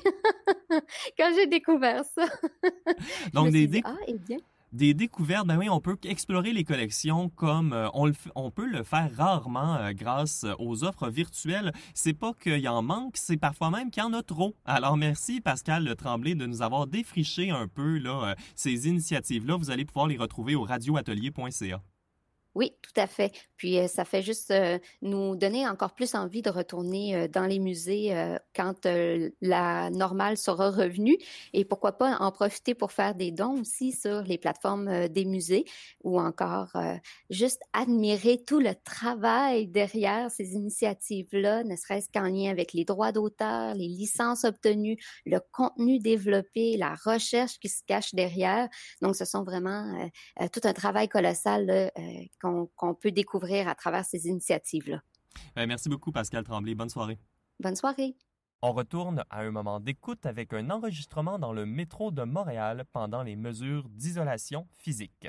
quand j'ai découvert ça. Donc, des, dit, ah, eh bien. Des découvertes, ben oui, on peut explorer les collections comme euh, on, le f- on peut le faire rarement euh, grâce aux offres virtuelles. C'est pas qu'il y en manque, c'est parfois même qu'il y en a trop. Alors merci Pascal Tremblay de nous avoir défriché un peu là, euh, ces initiatives-là. Vous allez pouvoir les retrouver au radio atelier point c a. Oui, tout à fait. Puis euh, ça fait juste euh, nous donner encore plus envie de retourner euh, dans les musées euh, quand euh, la normale sera revenue. Et pourquoi pas en profiter pour faire des dons aussi sur les plateformes euh, des musées ou encore euh, juste admirer tout le travail derrière ces initiatives-là, ne serait-ce qu'en lien avec les droits d'auteur, les licences obtenues, le contenu développé, la recherche qui se cache derrière. Donc, ce sont vraiment euh, euh, tout un travail colossal là, euh, Qu'on, qu'on peut découvrir à travers ces initiatives-là. Ben, merci beaucoup, Pascal Tremblay. Bonne soirée. Bonne soirée. On retourne à un moment d'écoute avec un enregistrement dans le métro de Montréal pendant les mesures d'isolation physique.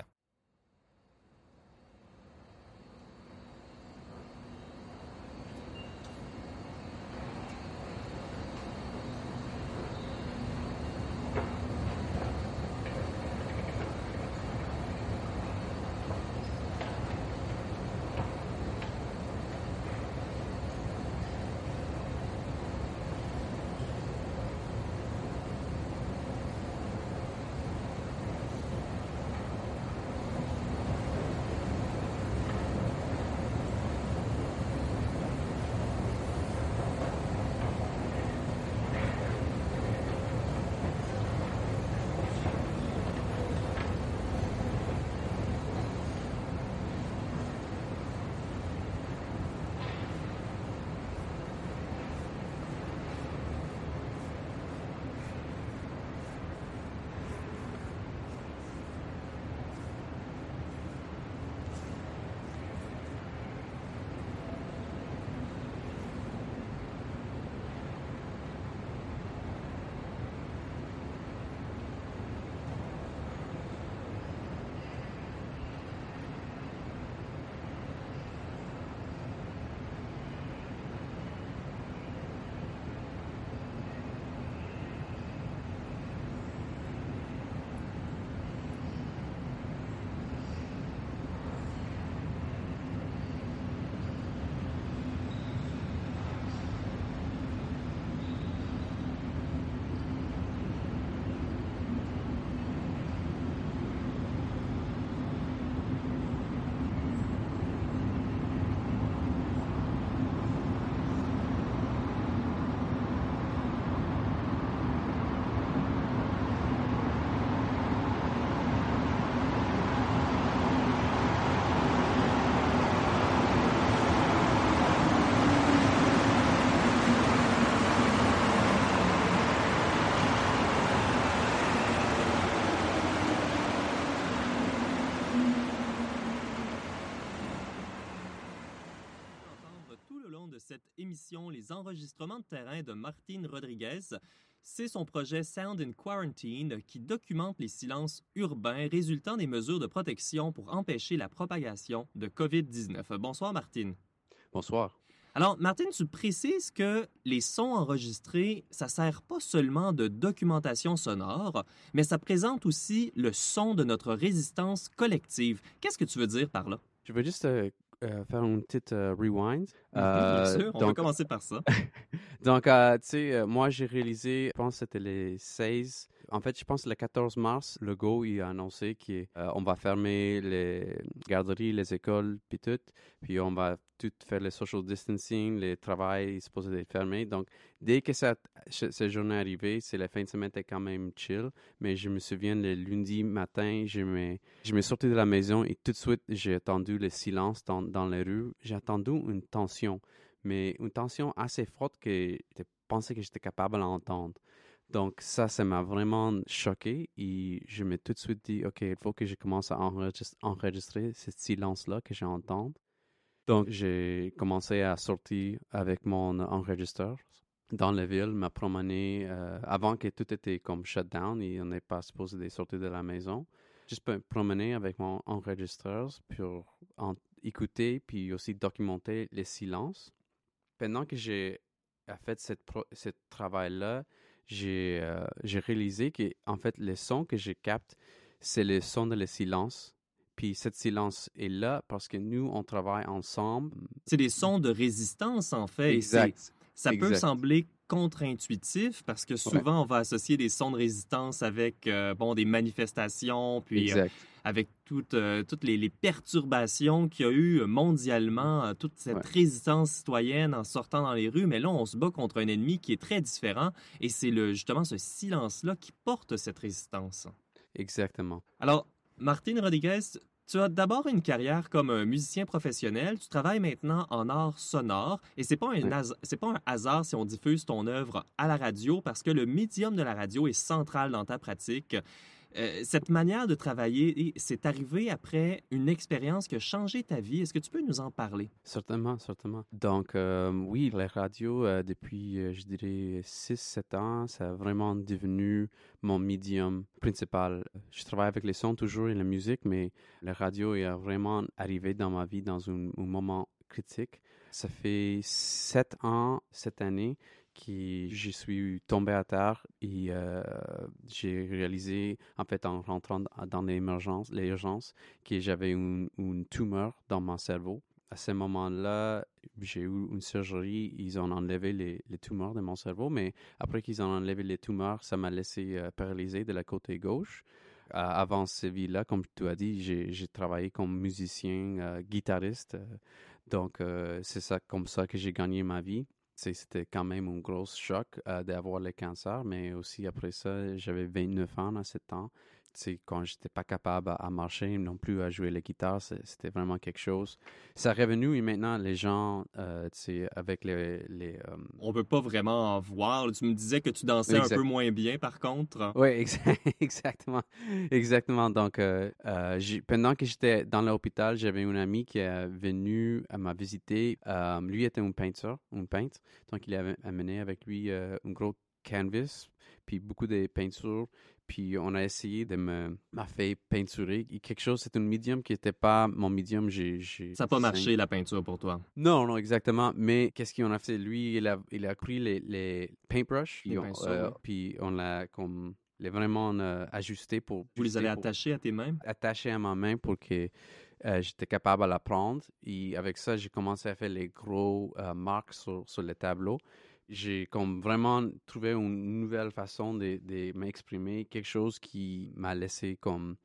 de cette émission Les enregistrements de terrain de Martine Rodriguez. C'est son projet Sound in Quarantine qui documente les silences urbains résultant des mesures de protection pour empêcher la propagation de covid dix-neuf. Bonsoir Martine. Bonsoir. Alors, Martine, tu précises que les sons enregistrés, ça sert pas seulement de documentation sonore, mais ça présente aussi le son de notre résistance collective. Qu'est-ce que tu veux dire par là? Je veux juste euh, euh, faire une petite euh, rewind. Euh, Bien sûr, on donc, va commencer par ça. donc, euh, tu sais, euh, moi, j'ai réalisé, je pense que c'était les seize, en fait, je pense que le quatorze mars, le Go, il a annoncé qu'on euh, va fermer les garderies, les écoles, puis tout, puis on va tout faire le social distancing, le travail est supposé être fermé. Donc, dès que ça, cette journée est arrivée, c'est la fin de semaine était quand même chill, mais je me souviens, le lundi matin, je me, je me sorti de la maison et tout de suite, j'ai attendu le silence dans, dans les rues. J'ai attendu une tension, mais une tension assez forte que je pensais que j'étais capable d'entendre. Donc ça, ça m'a vraiment choqué et je me tout de suite dit, OK, il faut que je commence à enregistrer, enregistrer ce silence-là que j'entends. Donc j'ai commencé à sortir avec mon enregistreur dans la ville, me promener euh, avant que tout était comme shut down et on n'est pas supposé de sortir de la maison. Juste me promener avec mon enregistreur pour en écouter puis aussi documenter les silences. Pendant que j'ai fait cette pro- ce travail-là, j'ai, euh, j'ai réalisé que en fait, les sons que je capte, c'est les sons de le silence. Puis cette silence est là parce que nous, on travaille ensemble. C'est des sons de résistance, en fait. Exact. C'est, ça exact. peut sembler contre-intuitif parce que souvent, ouais. on va associer des sons de résistance avec euh, bon, des manifestations, puis euh, avec toutes, euh, toutes les, les perturbations qu'il y a eu mondialement, euh, toute cette ouais. résistance citoyenne en sortant dans les rues. Mais là, on se bat contre un ennemi qui est très différent et c'est le, justement ce silence-là qui porte cette résistance. Exactement. Alors, Martine Rodriguez, tu as d'abord une carrière comme un musicien professionnel. Tu travailles maintenant en art sonore et c'est pas un, oui. has- c'est pas un hasard si on diffuse ton œuvre à la radio parce que le médium de la radio est central dans ta pratique. Euh, cette manière de travailler, c'est arrivé après une expérience qui a changé ta vie. Est-ce que tu peux nous en parler? Certainement, certainement. Donc, euh, oui, la radio, euh, depuis, euh, je dirais, six sept ans, ça a vraiment devenu mon médium principal. Je travaille avec les sons toujours et la musique, mais la radio est vraiment arrivé dans ma vie dans un, un moment critique. Ça fait sept ans cette année que je suis tombé à terre et euh, j'ai réalisé, en fait, en rentrant dans l'émergence, l'urgence, que j'avais une, une tumeur dans mon cerveau. À ce moment-là, j'ai eu une surgerie, ils ont enlevé les, les tumeurs de mon cerveau, mais après qu'ils ont enlevé les tumeurs, ça m'a laissé euh, paralysé de la côté gauche. Euh, avant ce vie-là, comme tu as dit, j'ai, j'ai travaillé comme musicien, euh, guitariste, euh, donc euh, c'est ça, comme ça que j'ai gagné ma vie. C'est, c'était quand même un gros choc euh, d'avoir le cancer, mais aussi après ça, j'avais vingt-neuf ans à ce temps. C'est quand j'étais pas capable à, à marcher, non plus à jouer la guitare, c'est, c'était vraiment quelque chose. Ça est revenu et maintenant, les gens, euh, tu sais, avec les... les euh... On peut pas vraiment en voir. Tu me disais que tu dansais exact. un peu moins bien, par contre. Oui, exact, exactement. Exactement. Donc, euh, euh, j'ai, pendant que j'étais dans l'hôpital, j'avais un ami qui est venu à m'a visiter. Euh, lui était un peintre, un peintre. Donc, il avait amené avec lui euh, un gros canvas, puis beaucoup de peintures. Puis on a essayé de me, m'a fait peinturer. Et quelque chose, c'est un médium qui n'était pas mon médium. J'ai, j'ai ça n'a pas marché, la peinture, pour toi? Non, non, exactement. Mais qu'est-ce qu'on a fait? Lui, il a, il a pris les, les paintbrushes, les puis, on, euh, puis on l'a comme... les vraiment euh, ajusté pour... Vous les avez attachés à tes mains? Attachés à ma main pour que euh, j'étais capable de la prendre. Et avec ça, j'ai commencé à faire les gros euh, marques sur, sur le tableau. J'ai comme vraiment trouvé une nouvelle façon de, de m'exprimer, quelque chose qui m'a laissé comme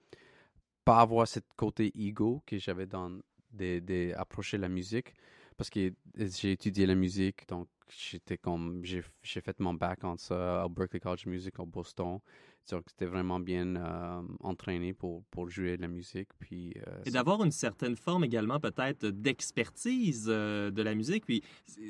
pas avoir ce côté ego que j'avais dans d'approcher la musique, parce que j'ai étudié la musique, donc j'étais comme j'ai, j'ai fait mon bac en ça au Berklee College of Music au Boston, donc j'étais vraiment bien euh, entraîné pour, pour jouer de la musique. Puis, euh, et d'avoir une certaine forme également peut-être d'expertise euh, de la musique, puis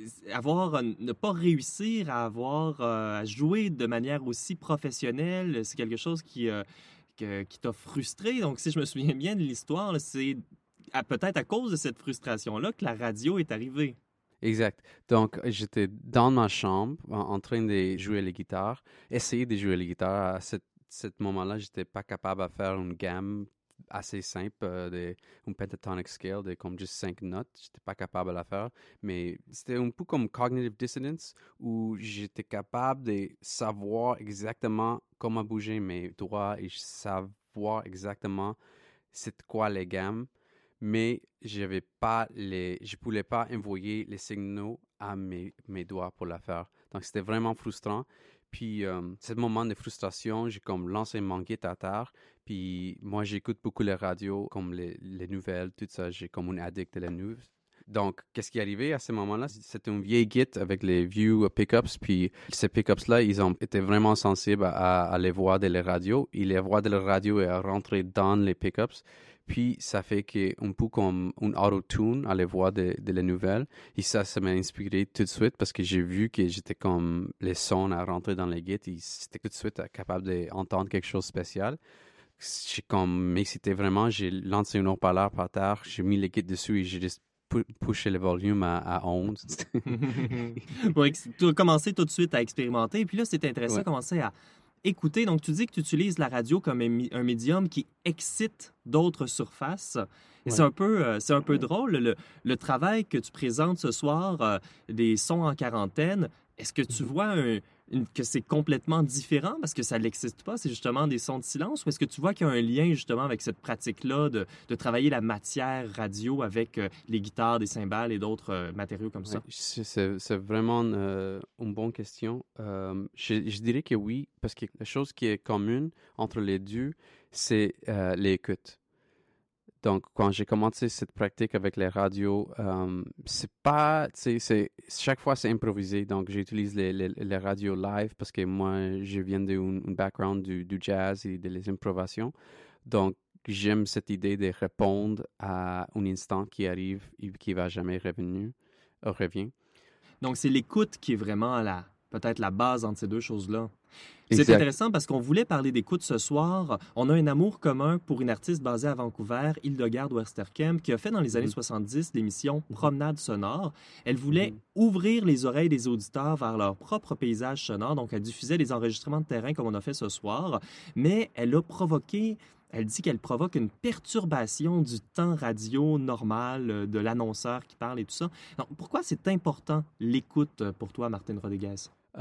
avoir ne pas réussir à avoir euh, à jouer de manière aussi professionnelle, c'est quelque chose qui euh, que, qui t'a frustré. Donc si je me souviens bien de l'histoire, là, c'est à, peut-être à cause de cette frustration-là que la radio est arrivée. Exact. Donc, j'étais dans ma chambre en, en train de jouer la guitare, essayer de jouer la guitare. À cet, cet moment-là, j'étais pas capable de faire une gamme assez simple, euh, de, une pentatonic scale de comme juste cinq notes. J'étais pas capable de la faire. Mais c'était un peu comme cognitive dissonance où j'étais capable de savoir exactement comment bouger mes doigts et savoir exactement c'est quoi les gammes. Mais j'avais pas les, je pouvais pas envoyer les signaux à mes, mes doigts pour la faire. Donc, c'était vraiment frustrant. Puis, euh, ce moment de frustration, j'ai comme lancé mon guitare à terre. Puis, moi, j'écoute beaucoup les radios, comme les, les nouvelles, tout ça. J'ai comme un addict de la news. Donc, qu'est-ce qui est arrivé à ce moment-là? C'était une vieille Git avec les vieux pickups. Puis, ces pickups-là, ils ont été vraiment sensibles à, à les voix de la radio. Et les voix de la radio est rentrée dans les pickups. Puis, ça fait qu'un peu comme un auto-tune à les voix de, de la nouvelle. Et ça, ça m'a inspiré tout de suite parce que j'ai vu que j'étais comme les sons à rentrer dans les Git. Et c'était tout de suite capable d'entendre quelque chose de spécial. J'ai comme m'excité vraiment. J'ai lancé un haut-parleur par terre. J'ai mis les Git dessus et j'ai juste pusher le volume à, à onze. Oui, tu as commencé tout de suite à expérimenter. Puis là, c'est intéressant de ouais. commencer à écouter. Donc, tu dis que tu utilises la radio comme un, un médium qui excite d'autres surfaces. Et ouais. c'est un peu, euh, c'est un peu drôle, le, le travail que tu présentes ce soir, euh, des sons en quarantaine. Est-ce que tu vois un, une, que c'est complètement différent parce que ça n'existe pas, c'est justement des sons de silence, ou est-ce que tu vois qu'il y a un lien justement avec cette pratique-là de, de travailler la matière radio avec euh, les guitares, des cymbales et d'autres euh, matériaux comme ça? Ouais, c'est, c'est vraiment euh, une bonne question. Euh, je, je dirais que oui, parce que la chose qui est commune entre les deux, c'est euh, l'écoute. Donc, quand j'ai commencé cette pratique avec les radios, euh, c'est pas, tu sais, c'est, chaque fois c'est improvisé. Donc, j'utilise les, les, les radios live parce que moi, je viens d'un background du, du jazz et de les improvisations. Donc, j'aime cette idée de répondre à un instant qui arrive et qui va jamais revenir, euh, revient. Donc, c'est l'écoute qui est vraiment la, peut-être la base entre ces deux choses-là. C'est exact. Intéressant parce qu'on voulait parler d'écoute ce soir. On a un amour commun pour une artiste basée à Vancouver, Hildegard Westerkamp, qui a fait dans les années mm-hmm. soixante-dix l'émission Promenade sonore. Elle voulait mm-hmm. ouvrir les oreilles des auditeurs vers leur propre paysage sonore. Donc, elle diffusait des enregistrements de terrain comme on a fait ce soir. Mais elle a provoqué... Elle dit qu'elle provoque une perturbation du temps radio normal de l'annonceur qui parle et tout ça. Donc, pourquoi c'est important l'écoute pour toi, Martin Rodriguez?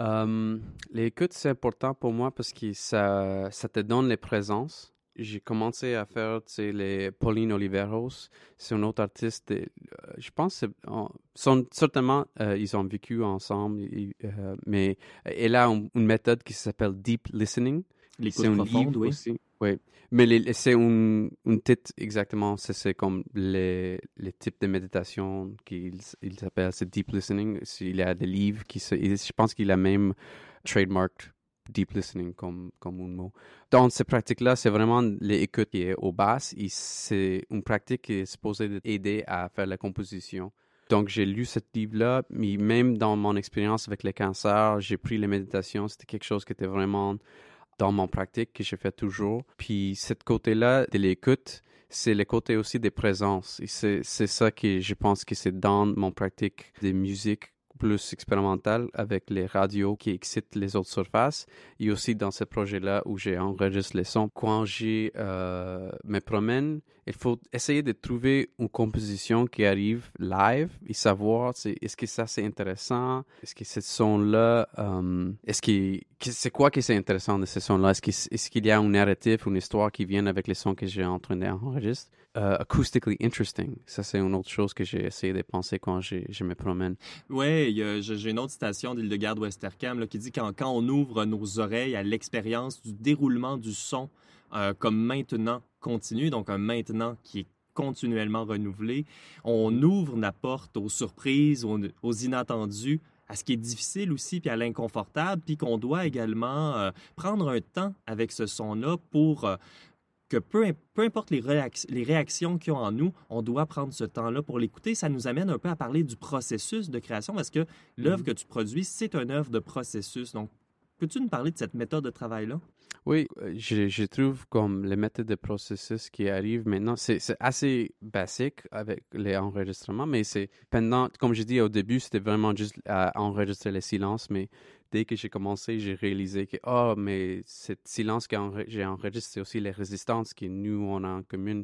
Um, l'écoute, c'est important pour moi parce que ça, ça te donne les présences. J'ai commencé à faire, tu sais, les Pauline Oliveros. C'est un autre artiste. Et, euh, je pense que sont, certainement, euh, ils ont vécu ensemble, et, euh, mais elle a un, une méthode qui s'appelle Deep Listening. L'écoute c'est profonde, oui. Aussi. Oui. Mais les, c'est un, un titre exactement, c'est, c'est comme les, les types de méditation qu'il il s'appelle, c'est Deep Listening. Il y a des livres qui se, je pense qu'il a même trademarked Deep Listening comme, comme un mot. Dans ces pratiques-là, c'est vraiment l'écoute qui est au basse et c'est une pratique qui est supposée aider à faire la composition. Donc, j'ai lu ce livre-là, mais même dans mon expérience avec le cancer, j'ai pris les méditations, c'était quelque chose qui était vraiment dans mon pratique que je fais toujours. Puis, ce côté-là de l'écoute, c'est le côté aussi des présences. Et c'est, c'est ça que je pense que c'est dans mon pratique de musique plus expérimentale avec les radios qui excitent les autres surfaces et aussi dans ce projet-là où j'enregistre les sons. Quand je euh, me promène, il faut essayer de trouver une composition qui arrive live et savoir c'est, est-ce que ça c'est intéressant, est-ce que ce son-là, um, est-ce que, c'est quoi qui c'est intéressant de ce son-là, est-ce, que, est-ce qu'il y a un narratif, une histoire qui vient avec les sons que j'ai en train d'enregistrer. Uh, acoustically interesting. Ça, c'est une autre chose que j'ai essayé de penser quand je, je me promène. Oui, j'ai une autre citation d'Hildegard Westerkamp là, qui dit quand, quand on ouvre nos oreilles à l'expérience du déroulement du son euh, comme maintenant continu, donc un maintenant qui est continuellement renouvelé, on ouvre la porte aux surprises, aux, aux inattendus, à ce qui est difficile aussi, puis à l'inconfortable, puis qu'on doit également euh, prendre un temps avec ce son-là pour... Euh, que peu, peu importe les, réac- les réactions qu'il y a en nous, on doit prendre ce temps-là pour l'écouter. Ça nous amène un peu à parler du processus de création parce que l'œuvre mm-hmm. que tu produis, c'est une œuvre de processus. Donc, Peux-tu nous parler de cette méthode de travail-là? Oui, euh, je, je trouve comme les méthodes de processus qui arrivent maintenant, c'est, c'est assez basique avec les enregistrements, mais c'est pendant, comme j'ai dit au début, c'était vraiment juste à enregistrer les silences, mais dès que j'ai commencé, j'ai réalisé que, oh, mais ce silence que j'ai enregistré, c'est aussi les résistances que nous, on a en commun.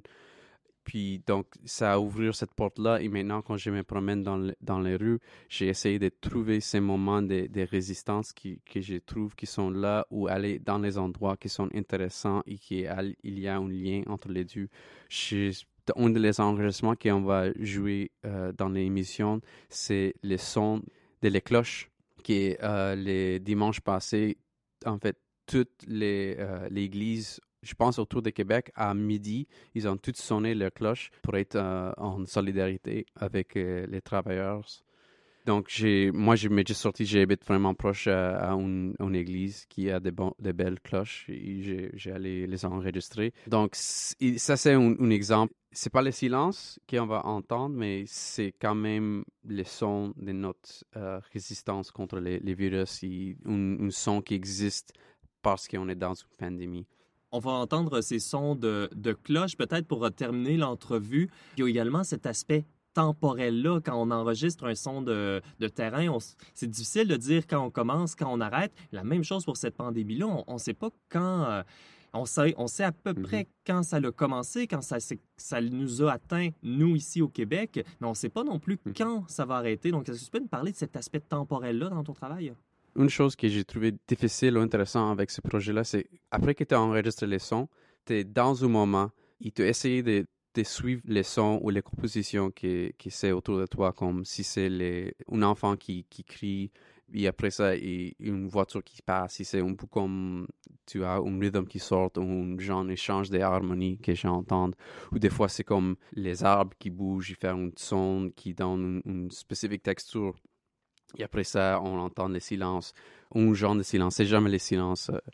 Puis donc, ça a ouvert cette porte-là. Et maintenant, quand je me promène dans, le, dans les rues, j'ai essayé de trouver ces moments de, de résistance qui, que je trouve qui sont là ou aller dans les endroits qui sont intéressants et qu'il y a un lien entre les deux. Je, un des enregistrements qu'on va jouer euh, dans l'émission, c'est le son de les cloches qui, euh, les dimanches passés, en fait, toute les, euh, l'église, je pense autour de Québec, à midi, ils ont tous sonné leur cloche pour être euh, en solidarité avec euh, les travailleurs. Donc, j'ai, moi, je m'ai juste sorti, j'habite vraiment proche à, à une, une église qui a de, bon, de belles cloches et j'ai, j'ai allé les enregistrer. Donc, ça, c'est un, un exemple. C'est pas le silence qu'on va entendre, mais c'est quand même le son de notre euh, résistance contre les, les virus et un, un son qui existe parce qu'on est dans une pandémie. On va entendre ces sons de, de cloche, peut-être pour terminer l'entrevue. Il y a également cet aspect temporel-là, quand on enregistre un son de, de terrain. On, c'est difficile de dire quand on commence, quand on arrête. La même chose pour cette pandémie-là. On ne sait pas quand... Euh, on, sait, on sait à peu mm-hmm. près quand ça a commencé, quand ça, ça nous a atteint, nous, ici au Québec, mais on ne sait pas non plus mm-hmm. quand ça va arrêter. Donc, est-ce que tu peux nous parler de cet aspect temporel-là dans ton travail? Une chose que j'ai trouvé difficile ou intéressante avec ce projet-là, c'est après que tu as enregistré les sons, tu es dans un moment et tu as essayé de, de suivre les sons ou les compositions qui, qui c'est autour de toi, comme si c'est les, un enfant qui, qui crie, et après ça, et une voiture qui passe, si c'est un peu comme tu as un rythme qui sort, ou un genre d'échange des harmonies que j'entends, ou des fois c'est comme les arbres qui bougent, ils font un son qui donne une, une spécifique texture. Et après ça, on entend les silences, un genre de silence. C'est jamais les silences euh,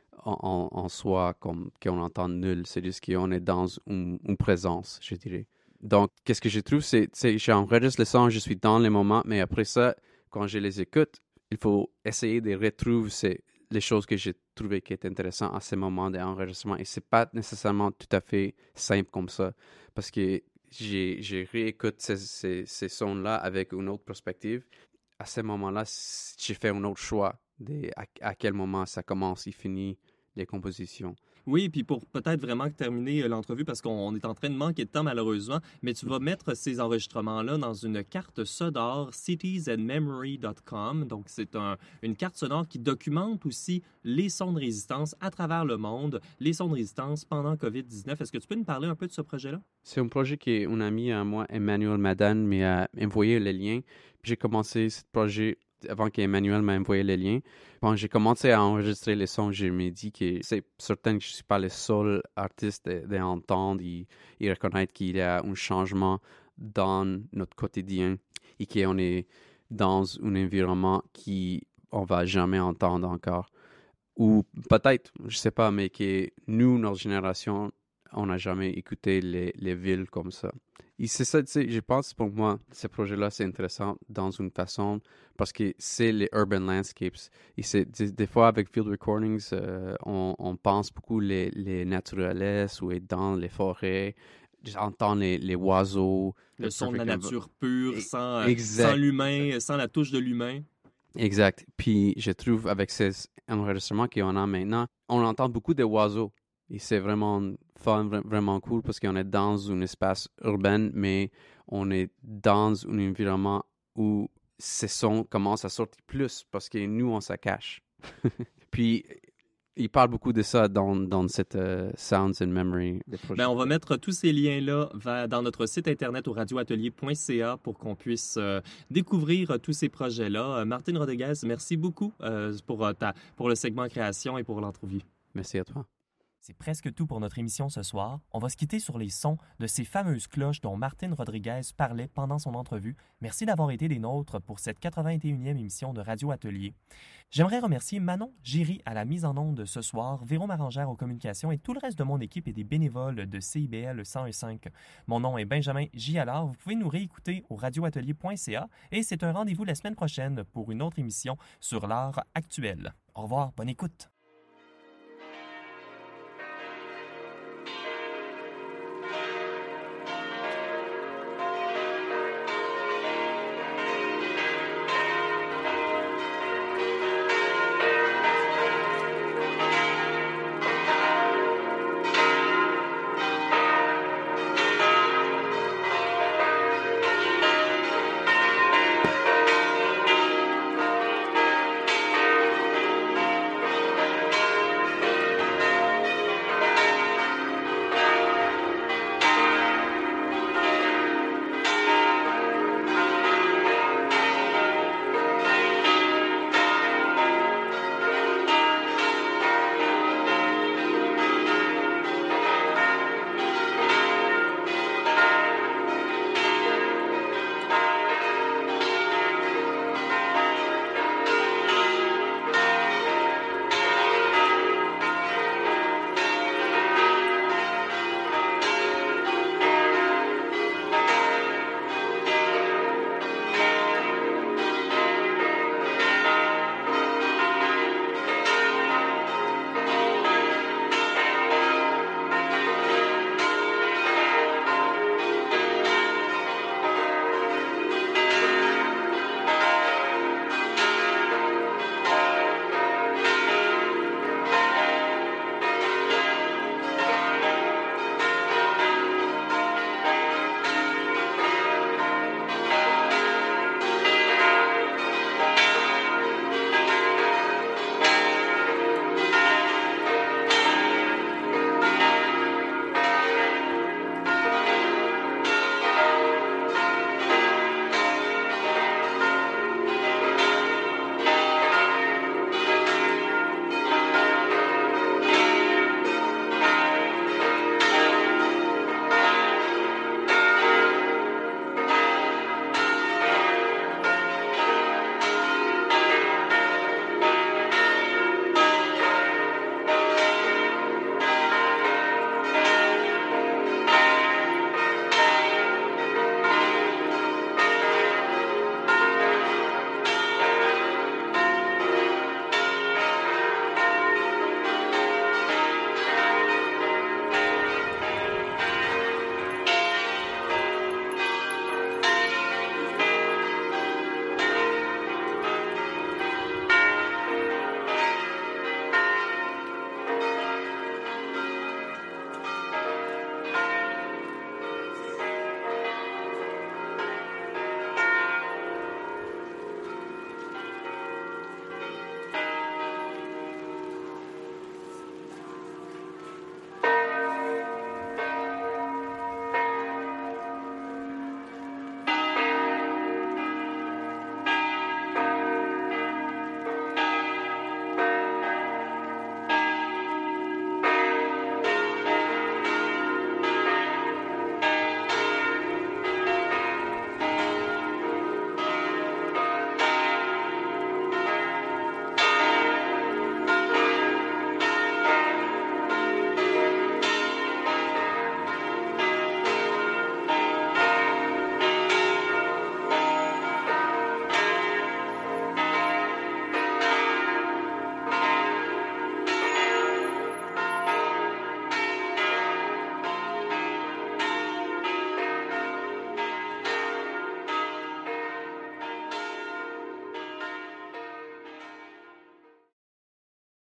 en, en, en soi comme qu'on entend nul. C'est juste qu'on est dans une, une présence, je dirais. Donc, qu'est-ce que je trouve, c'est, c'est j'enregistre le son, je suis dans les moments, mais après ça, quand je les écoute, il faut essayer de retrouver ces, les choses que j'ai trouvées qui étaient intéressantes à ces moments d'enregistrement. Et c'est pas nécessairement tout à fait simple comme ça, parce que j'ai, j'ai réécoute ces, ces, ces sons-là avec une autre perspective. À ce moment-là, j'ai fait un autre choix de à, à quel moment ça commence et finit les compositions. Oui, puis pour peut-être vraiment terminer l'entrevue, parce qu'on est en train de manquer de temps malheureusement, mais tu vas mettre ces enregistrements-là dans une carte sonore, cities and memory dot com. Donc, c'est un, une carte sonore qui documente aussi les sons de résistance à travers le monde, les sons de résistance pendant covid dix-neuf. Est-ce que tu peux nous parler un peu de ce projet-là? C'est un projet qu'un ami à moi, Emmanuel Madan, m'a envoyé le lien. Puis j'ai commencé ce projet avant qu'Emmanuel m'a envoyé les liens. Quand j'ai commencé à enregistrer les sons, je me dis que c'est certain que je ne suis pas le seul artiste d'entendre et, et reconnaître qu'il y a un changement dans notre quotidien et qu'on est dans un environnement qu'on ne va jamais entendre encore. Ou peut-être, je ne sais pas, mais que nous, notre génération, on n'a jamais écouté les, les villes comme ça. Et c'est ça, tu sais, je pense pour moi, ce projet-là, c'est intéressant dans une façon parce que c'est les urban landscapes. Et c'est, des, des fois, avec field recordings, euh, on, on pense beaucoup les, les naturalistes ou être dans les forêts, entendre les, les oiseaux. Le son de la nature pure, sans, sans l'humain, sans la touche de l'humain. Exact. Puis je trouve avec ces enregistrements qu'on a maintenant, on entend beaucoup des oiseaux. Et c'est vraiment fun, vraiment cool parce qu'on est dans un espace urbain, mais on est dans un environnement où ces sons commencent à sortir plus parce que nous, on se cache. Puis, il parle beaucoup de ça dans, dans cette uh, Sounds and Memory. Ben, on va mettre tous ces liens-là vers, dans notre site internet au radioatelier point c a pour qu'on puisse euh, découvrir euh, tous ces projets-là. Euh, Martine Rodriguez, merci beaucoup euh, pour, euh, ta, pour le segment création et pour l'entrevue. Merci à toi. C'est presque tout pour notre émission ce soir. On va se quitter sur les sons de ces fameuses cloches dont Martine Rodriguez parlait pendant son entrevue. Merci d'avoir été des nôtres pour cette quatre-vingt-et-unième émission de Radio Atelier. J'aimerais remercier Manon Giry à la mise en onde ce soir, Véro Marangère aux communications et tout le reste de mon équipe et des bénévoles de C I B L cent un virgule cinq. Mon nom est Benjamin J. Allard. Vous pouvez nous réécouter au radioatelier point c a et c'est un rendez-vous la semaine prochaine pour une autre émission sur l'art actuel. Au revoir, bonne écoute.